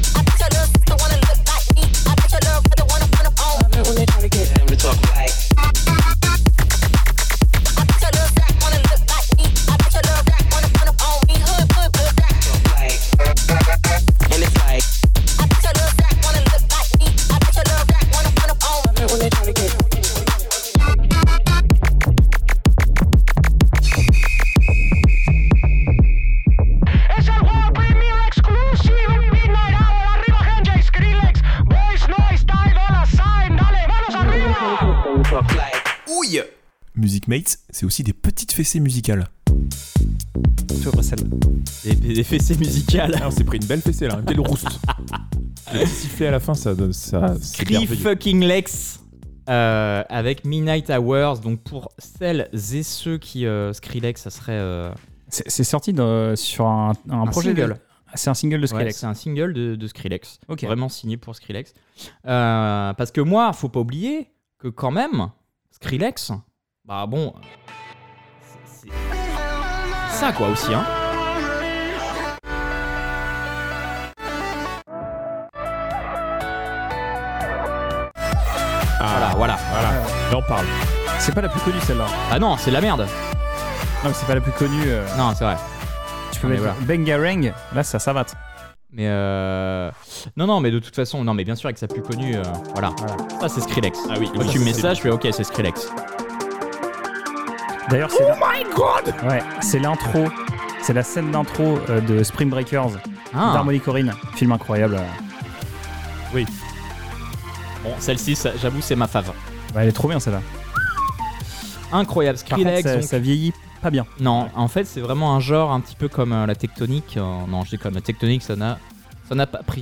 when they try to get him to talk like and it's like when they try to get Es el juego premium exclusivo Midnight Hour. Arriba Genja y Skrillex. Boys Noise, Ty Dolla Sign. Dale, manos arriba. Time to talk like Ouille Music Mates, c'est aussi des petites fessées musicales. Tu vois, celle. Des, des fessées musicales. Ah, on s'est pris une belle fessée là, quel rouste. Le petit sifflet à la fin, ça donne ça. c'est Cree merveilleux. fucking Lex euh, avec Midnight Hours. Donc pour celles et ceux qui euh, Skrillex, ça serait euh, C'est c'est sorti de- sur un, un un projet single. de. Ah, c'est un single de Ouais, Skrillex. c'est un single de, de Skrillex, Ok. vraiment signé pour Skrillex. Euh, parce que moi, faut pas oublier que quand même, Skrillex, bah bon, c'est, c'est ça quoi aussi, hein. Ah, voilà, voilà. Voilà, là on parle. C'est pas la plus connue celle-là. Ah non, c'est de la merde. Non, mais c'est pas la plus connue. euh, Non, c'est vrai. Tu peux mais mettre voilà. Bangarang, là ça savate. Mais euh... non, non, mais de toute façon, non, mais bien sûr avec sa plus connue, euh, voilà. Voilà. Ça c'est Skrillex. Ah oui, Quand oui, tu me mets c'est- ça, je fais ok, c'est Skrillex. D'ailleurs, c'est. Oh my god! Ouais, c'est l'intro. C'est la scène d'intro euh, de Spring Breakers Ah. d'Harmony Korine. Film incroyable. Oui. Bon, celle-ci, ça- j'avoue, c'est ma fave. Ouais, elle est trop bien celle-là. Incroyable, Par contre, Skrillex. ça, donc- ça vieillit pas bien. Non, en fait, c'est vraiment un genre un petit peu comme euh, la tectonique. Euh, non, je dis comme la tectonique, ça n'a, ça n'a pas pris.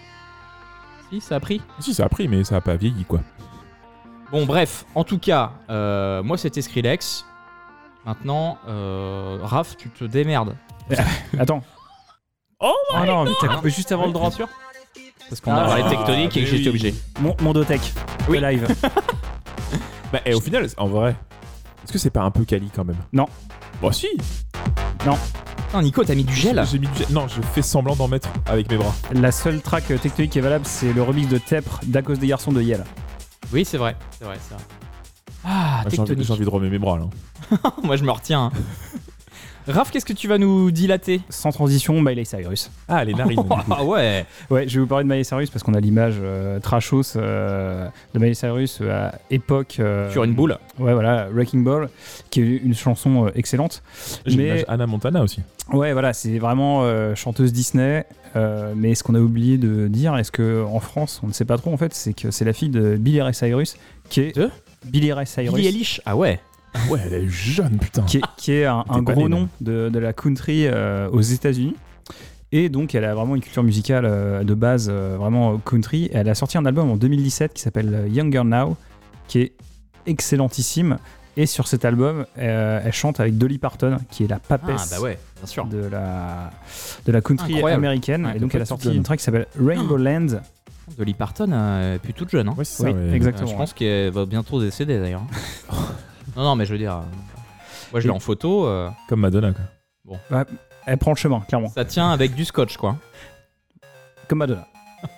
Si, ça a pris. Si, ça a pris, mais ça a pas vieilli, quoi. Bon, bref, en tout cas, euh, moi c'était Skrillex. Maintenant, euh, Raph, tu te démerdes. Attends. Oh Oh non, mais t'as coupé juste avant le drop. Bien sûr. Parce qu'on a Ah, parlé de tectonique et que mais j'étais oui. obligé. Mon, Mondotech. Oui. Le live. Bah, et au final, en vrai, est-ce que c'est pas un peu quali quand même? Non. Bah, si. Putain, Nico, t'as mis du gel. J'ai mis du gel. Non, je fais semblant d'en mettre avec mes bras. La seule track euh, tectonique qui est valable, c'est le remix de Tepr d'À cause des garçons de Yel. Oui, c'est vrai. C'est vrai, c'est vrai. Ah, Bah, j'ai, envie, tectonique. j'ai envie de remettre mes bras là. Moi, je me retiens. hein. Raph, qu'est-ce que tu vas nous dilater? Sans transition, Miley Cyrus. Ah, les narines. du coup. Ah ouais. Ouais, je vais vous parler de Miley Cyrus parce qu'on a l'image euh, trashos euh, de Miley Cyrus euh, à époque. euh, Sur une boule. Ouais, voilà, Wrecking Ball, qui est une chanson euh, excellente. J'ai Mais- l'image Anna Montana aussi. Ouais, voilà, c'est vraiment euh, chanteuse Disney. euh, mais ce qu'on a oublié de dire, est-ce qu'en France, on ne sait pas trop en fait, c'est que c'est la fille de Billy Ray Cyrus, qui est. De Billy Ray Cyrus. Billie Eilish. Ah ouais. Ah ouais, elle est jeune, putain. qui est, qui est un, un T'es pas gros né, nom non. de, de la country euh, aux États-Unis. Et donc, elle a vraiment une culture musicale euh, de base euh, vraiment country. Elle a sorti un album en deux mille dix-sept qui s'appelle Younger Now, qui est excellentissime. Et sur cet album, euh, elle chante avec Dolly Parton, qui est la Ah papesse bah ouais, bien sûr. de, la, de la country Incroyable. américaine. Ouais, et donc, pas elle a toute sorti jeune. une track qui s'appelle Rainbow Land. Dolly Parton, euh, plus toute jeune. Hein. Ouais, c'est ça. Oui, ouais. exactement. Euh, je pense qu'elle va bientôt décéder d'ailleurs. non, non, mais je veux dire, euh, moi je l'ai en photo. euh, Comme Madonna, quoi. Elle prend le chemin, clairement. ça tient avec du scotch, quoi. Comme Madonna.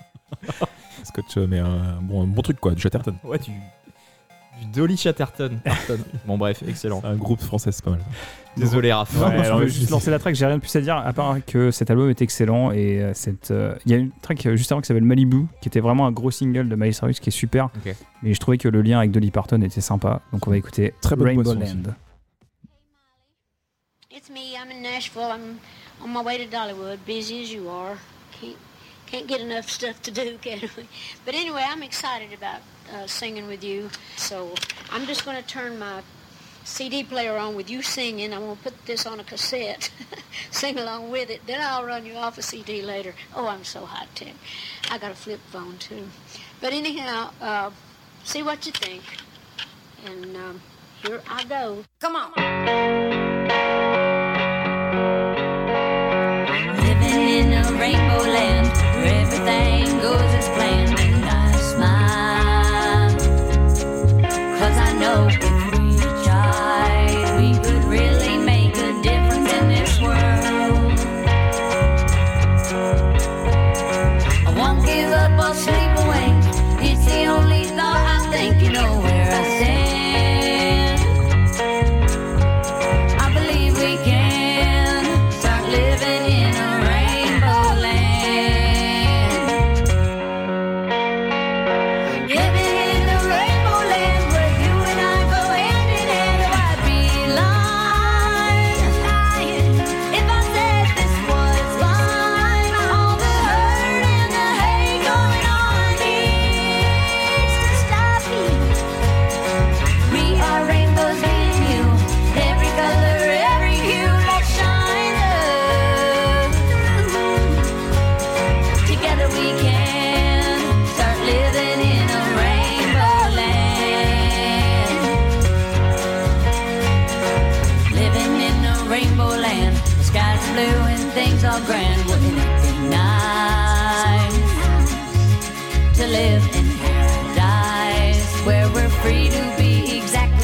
Scotch, mais un bon, un bon truc, quoi. Du Chatterton. Ouais, du, du Dolly Chatterton. Parton. Bon, bref, excellent. Un groupe français, c'est pas mal. Désolé, Raph. Ouais, Non, alors, je- je vais juste lancer la track, j'ai rien de plus à dire à part que cet album est excellent et euh, cette euh, il y a une track euh, juste avant qui s'appelle Malibu qui était vraiment un gros single de Miley Cyrus qui est super. Ok. Mais je trouvais que le lien avec Dolly Parton était sympa. Donc on va écouter Très bonne Rainbow boisson aussi. Land. It's me. I'm in Nashville. I'm on my way to Dollywood, busy as you are. Can't can't get enough stuff to do, can we? But anyway, I'm excited about uh, singing with you. So I'm just going to turn my C D player on with you singing. I'm going to put this on a cassette, sing along with it. Then I'll run you off a C D later. Oh, I'm so high tech. I got a flip phone too. But anyhow, uh, see what you think. And um, here I go. Come on. Living in a rainbow land where everything goes as planned, and I smile, 'cause I know if we tried, we could really make a difference in this world. I won't give up or sleep away, it's the only thought I think, you know where I stand. I believe we can start living in a rainbow land. Living in a rainbow land where you and I go hand in hand. Oh, I'd be lying, lying if I said this was fine. All the hurt and the hate going on needs to stop here. We are rainbows, me and you. Every color, every hue, let's shine up. Together we can start living in a rainbow land. Living in a rainbow land. The sky's blue and things are grand. Wouldn't it be nice to live in paradise where we're free to be exactly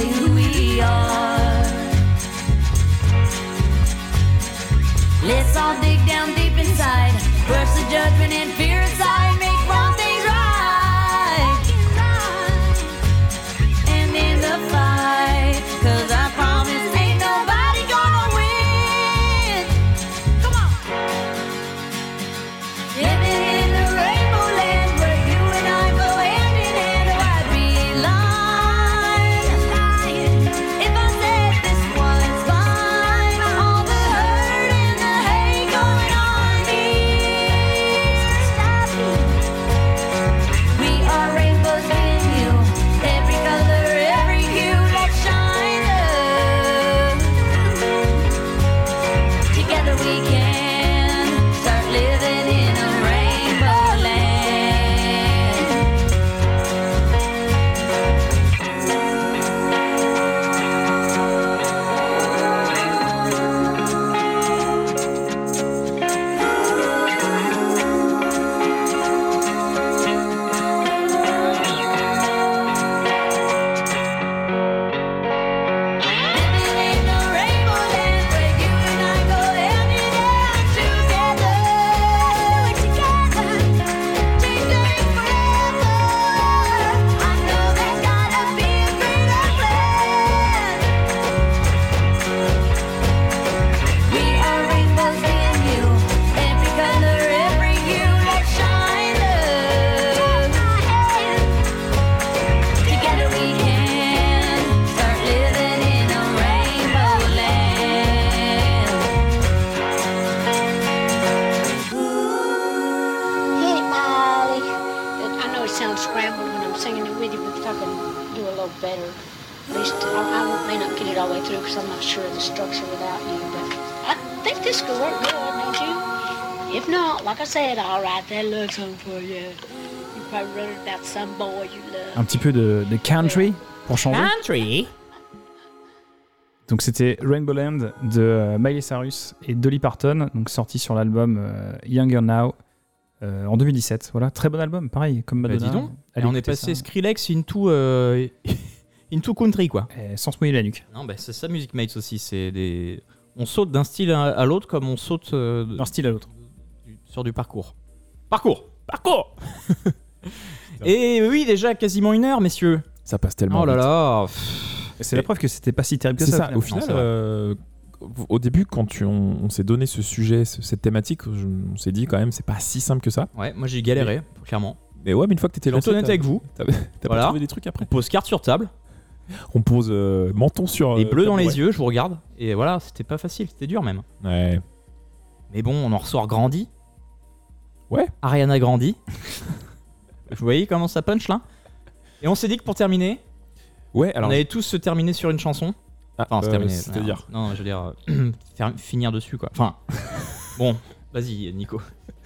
Let's all dig down deep inside, brush the judgment and fear aside, make wrong things right, and in the fight, 'cause I promise ain't nobody gonna win. Come on. Living in the rainbow land where you and I go hand in hand, oh, I'd be lying if I said this was fine. All the hurt and the hate going on needs to stop me. We are rainbows in you, every color, every hue, let's shine love. Together we can start living in a rainbow land. Living in a rainbow land where you and I go hand in hand together. Together, changing forever. I know there's gotta be a greater plan. We are rainbows in you, every color, every hue, let's shine love. Together we can start living in a rainbow land. Hit it, Molly. I know it sounds scrambled when I'm singing it with you, but if I can do a little better, at least I, I may not get it all the way through because I'm not sure of the structure without you, but I think this could work good, don't you? If not, like I said, I'll write that love song for you. You probably wrote it about some boy you love. Un petit peu de, de country pour changer. Country. Donc c'était Rainbow Land de euh, Miley Cyrus et Dolly Parton, donc sorti sur l'album euh, Younger Now euh, en deux mille dix-sept. Voilà, très bon album, pareil comme Bah, Madonna. dis donc. Allez Et on est écouter passé ça. Skrillex into, euh, into country, quoi. Et sans se mouiller la nuque. Non, bah, c'est ça, Music Mates aussi. C'est des... On saute d'un style à, à l'autre comme on saute euh, D'un style à l'autre. du- sur du parcours. Parcours Parcours Et oui, déjà quasiment une heure, messieurs. Ça passe tellement Oh là vite. là. Et c'est la preuve que c'était pas si terrible que C'est ça. ça, au finalement. final, c'est vrai. euh, au début, quand tu- on, on s'est donné ce sujet, ce- cette thématique, je- on s'est dit quand même, c'est pas si simple que ça. Ouais, moi j'ai galéré, clairement. Mais ouais, mais une fois que t'étais Je vais lancé, être honnête t'as- avec vous. t'as t'as Voilà. pas trouvé des trucs On après. pose carte sur table, On pose euh, menton sur. les euh, bleus dans les tabouret. yeux, je vous regarde. Et voilà, c'était pas facile, c'était dur même. Ouais. Mais bon, on en ressort grandi. Ouais. Ariana grandi. Vous voyez comment ça punch là. Et on s'est dit que pour terminer, Ouais, alors. on allait tous se terminer sur une chanson. Ah, Enfin, se euh, terminer. C'est-à-dire. Non, je veux dire, euh, faire- finir dessus quoi. Enfin, bon, vas-y Nico.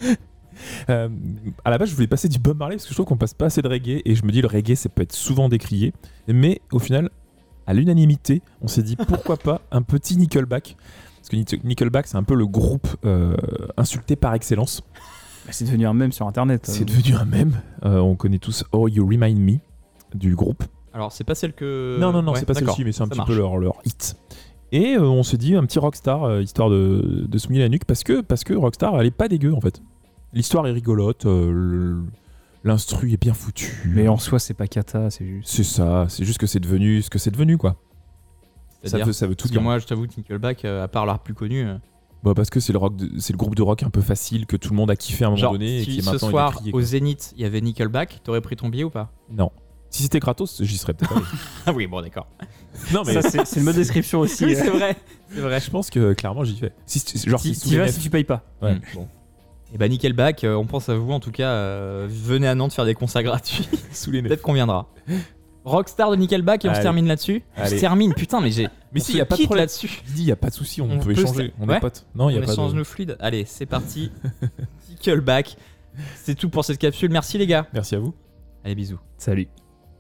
Euh, à la base, je voulais passer du Bob Marley parce que je trouve qu'on passe pas assez de reggae et je me dis le reggae, ça peut être souvent décrié. Mais au final, à l'unanimité, on s'est dit pourquoi pas un petit Nickelback. Parce que Nic- Nickelback, c'est un peu le groupe euh, insulté par excellence. Bah, c'est devenu un mème sur internet. C'est devenu un mème. Euh, on connaît tous Oh You Remind Me du groupe. Alors, c'est pas celle que. non, non, non, Ouais, c'est pas d'accord, celle-ci, mais c'est un ça petit marche. peu leur, leur hit. Et euh, on s'est dit un petit rockstar, euh, histoire de, de se mouiller la nuque, parce que, parce que rockstar, elle est pas dégueu en fait. L'histoire est rigolote, euh, le- l'instru est bien foutu. Mais en soi, c'est pas cata, c'est juste. C'est ça, c'est juste que c'est devenu ce que c'est devenu quoi. Ça C'est-à-dire, veut, ça veut tout Parce que dire. moi, je t'avoue que Nickelback, euh, à part l'art plus connu, euh, Bah, parce que c'est le, rock de- c'est le groupe de rock un peu facile que tout le monde a kiffé à un moment genre, donné et qui si est ce maintenant soir décrié, au quoi. Zénith, il y avait Nickelback, t'aurais pris ton billet ou pas? Non. Si c'était gratos, j'y serais peut-être. allé. Ah oui, bon, d'accord. non mais Ça, c'est c'est le mot de description aussi. Oui, euh. c'est vrai. C'est vrai. je pense que clairement j'y vais. Si, si- genre Si si tu vas, Souvenef- si tu payes pas. Ouais, Mm. bon. Et bah, Nickelback, euh, on pense à vous en tout cas. euh, venez à Nantes faire des concerts gratuits. Sous les nefs. Peut-être qu'on viendra. Rockstar de Nickelback et on se Allez. termine là-dessus. On se Allez. termine, putain, mais j'ai. Mais on si, se y a pas de quitte problème. là-dessus. Il dit, y a pas de souci, on, On peut peut échanger. se- On Ouais. est potes. Non, y a On pas échange de... nos fluides. Allez, c'est parti. Nickelback. C'est tout pour cette capsule. Merci les gars. Merci à vous. Allez, bisous. Salut.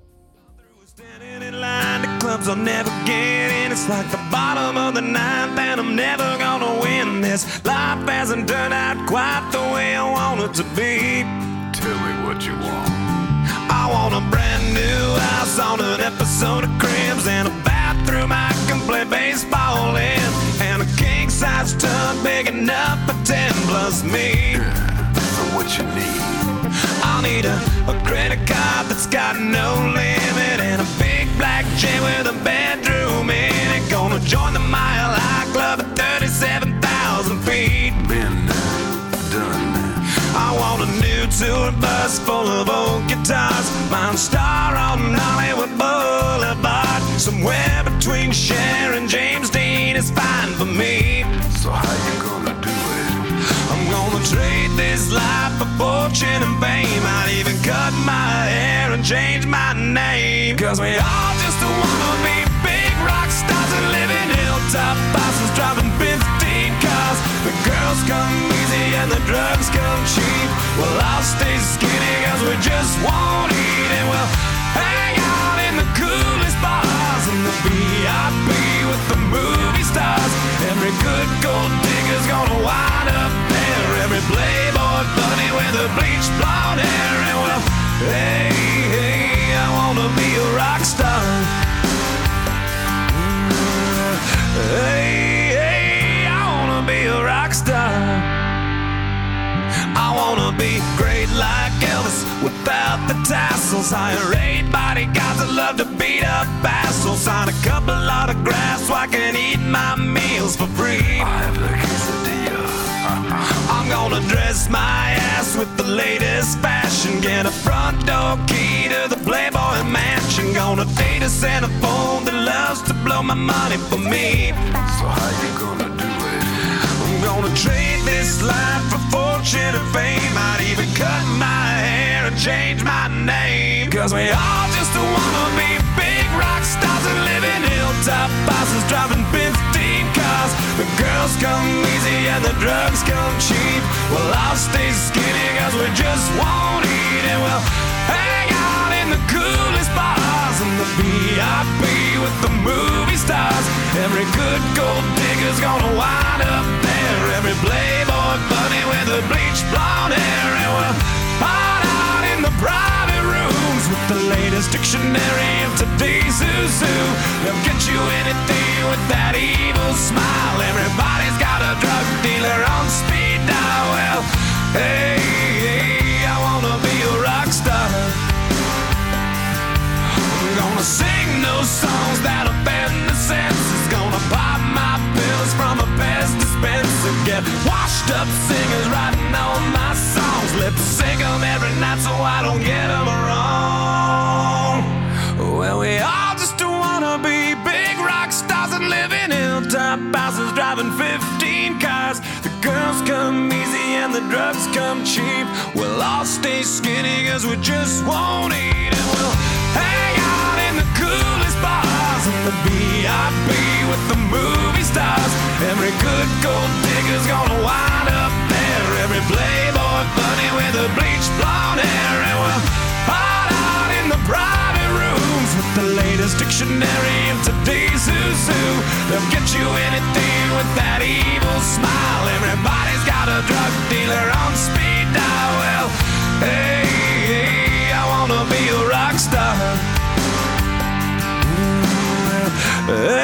Standing in line, the clubs I'll never get in. It's like the bottom of the ninth, and I'm never gonna win this. Life hasn't turned out quite the way I want it to be. Tell me what you want. I want a brand new house on an episode of Cribs and a bathroom I can play baseball in, and a king size tub big enough for ten plus me. So what you need? I'll need a, a credit card that's got no limit and a big black jet with a bedroom in it. Gonna join the Mile High Club at thirty-seven thousand feet. Been done. I want a new tour bus full of old guitars. Mine star on Hollywood Boulevard. Somewhere between Cher and James Dean is fine for me. So how you gonna do it? I'm gonna trade this life for fortune and fame. I'd even cut my hair and change my name. Cause we all just wanna be big rock stars and live in hilltop bosses driving fifteen cars. The girls come easy and the drugs come cheap. Well, I'll stay skinny cause we just won't eat. And we'll hang out in the coolest bars in the V I P with the movie stars. Every good gold digger's gonna wind up there. Every playboy bunny with the bleached blonde hair. And well, hey, hey, I wanna be a rock star. Hey, hey, I wanna be a rock star. I wanna be great like Elvis without the tassels. Hire eight bodyguards that love to beat up assholes. Sign a couple autographs so I can eat my meals for free. I have the quesadilla. I'm gonna dress my ass with the latest fashion. Get a front door key to the Playboy Mansion. Gonna date a centerfold that loves to blow my money for me. So how you gonna do it? I'm gonna trade this life for fortune and fame. I'd even cut my hair and change my name. Cause we all just wanna be big rock stars and live in hilltop bosses driving fifteen cars. The girls come easy and the drugs come cheap. Well, I'll stay skinny cause we just won't eat. And we'll hang out in the coolest bars in the V I P with the movie stars. Every good gold digger's gonna wind up there. Every playboy bunny with the bleached blonde hair. And we'll hide out in the private rooms with the latest dictionary of today's who's who. They'll get you anything with that evil smile. Everybody's got a drug dealer on speed dial. Well, hey, hey, I wanna be a rock star. I'm gonna sing those songs that offend the senses. Gonna pop my pills from a Pez dispenser. Get washed up singers writing all my songs. Lip sync them every night so I don't get them wrong. Well, we all just wanna be big rock stars and live in hilltop houses driving fifteen cars. The girls come easy and the drugs come cheap. We'll all stay skinny cause we just won't eat. And we'll hang out in the coolest bars in the V I P with the movie stars. Every good gold digger's gonna wind up there. Every playboy bunny with the bleached blonde hair. And we'll hide out in the private rooms with the latest dictionary of today's who's who. They'll get you anything with that evil smile. Everybody's got a drug dealer on speed dial. Well, hey, hey, I wanna be a rock star. Hey,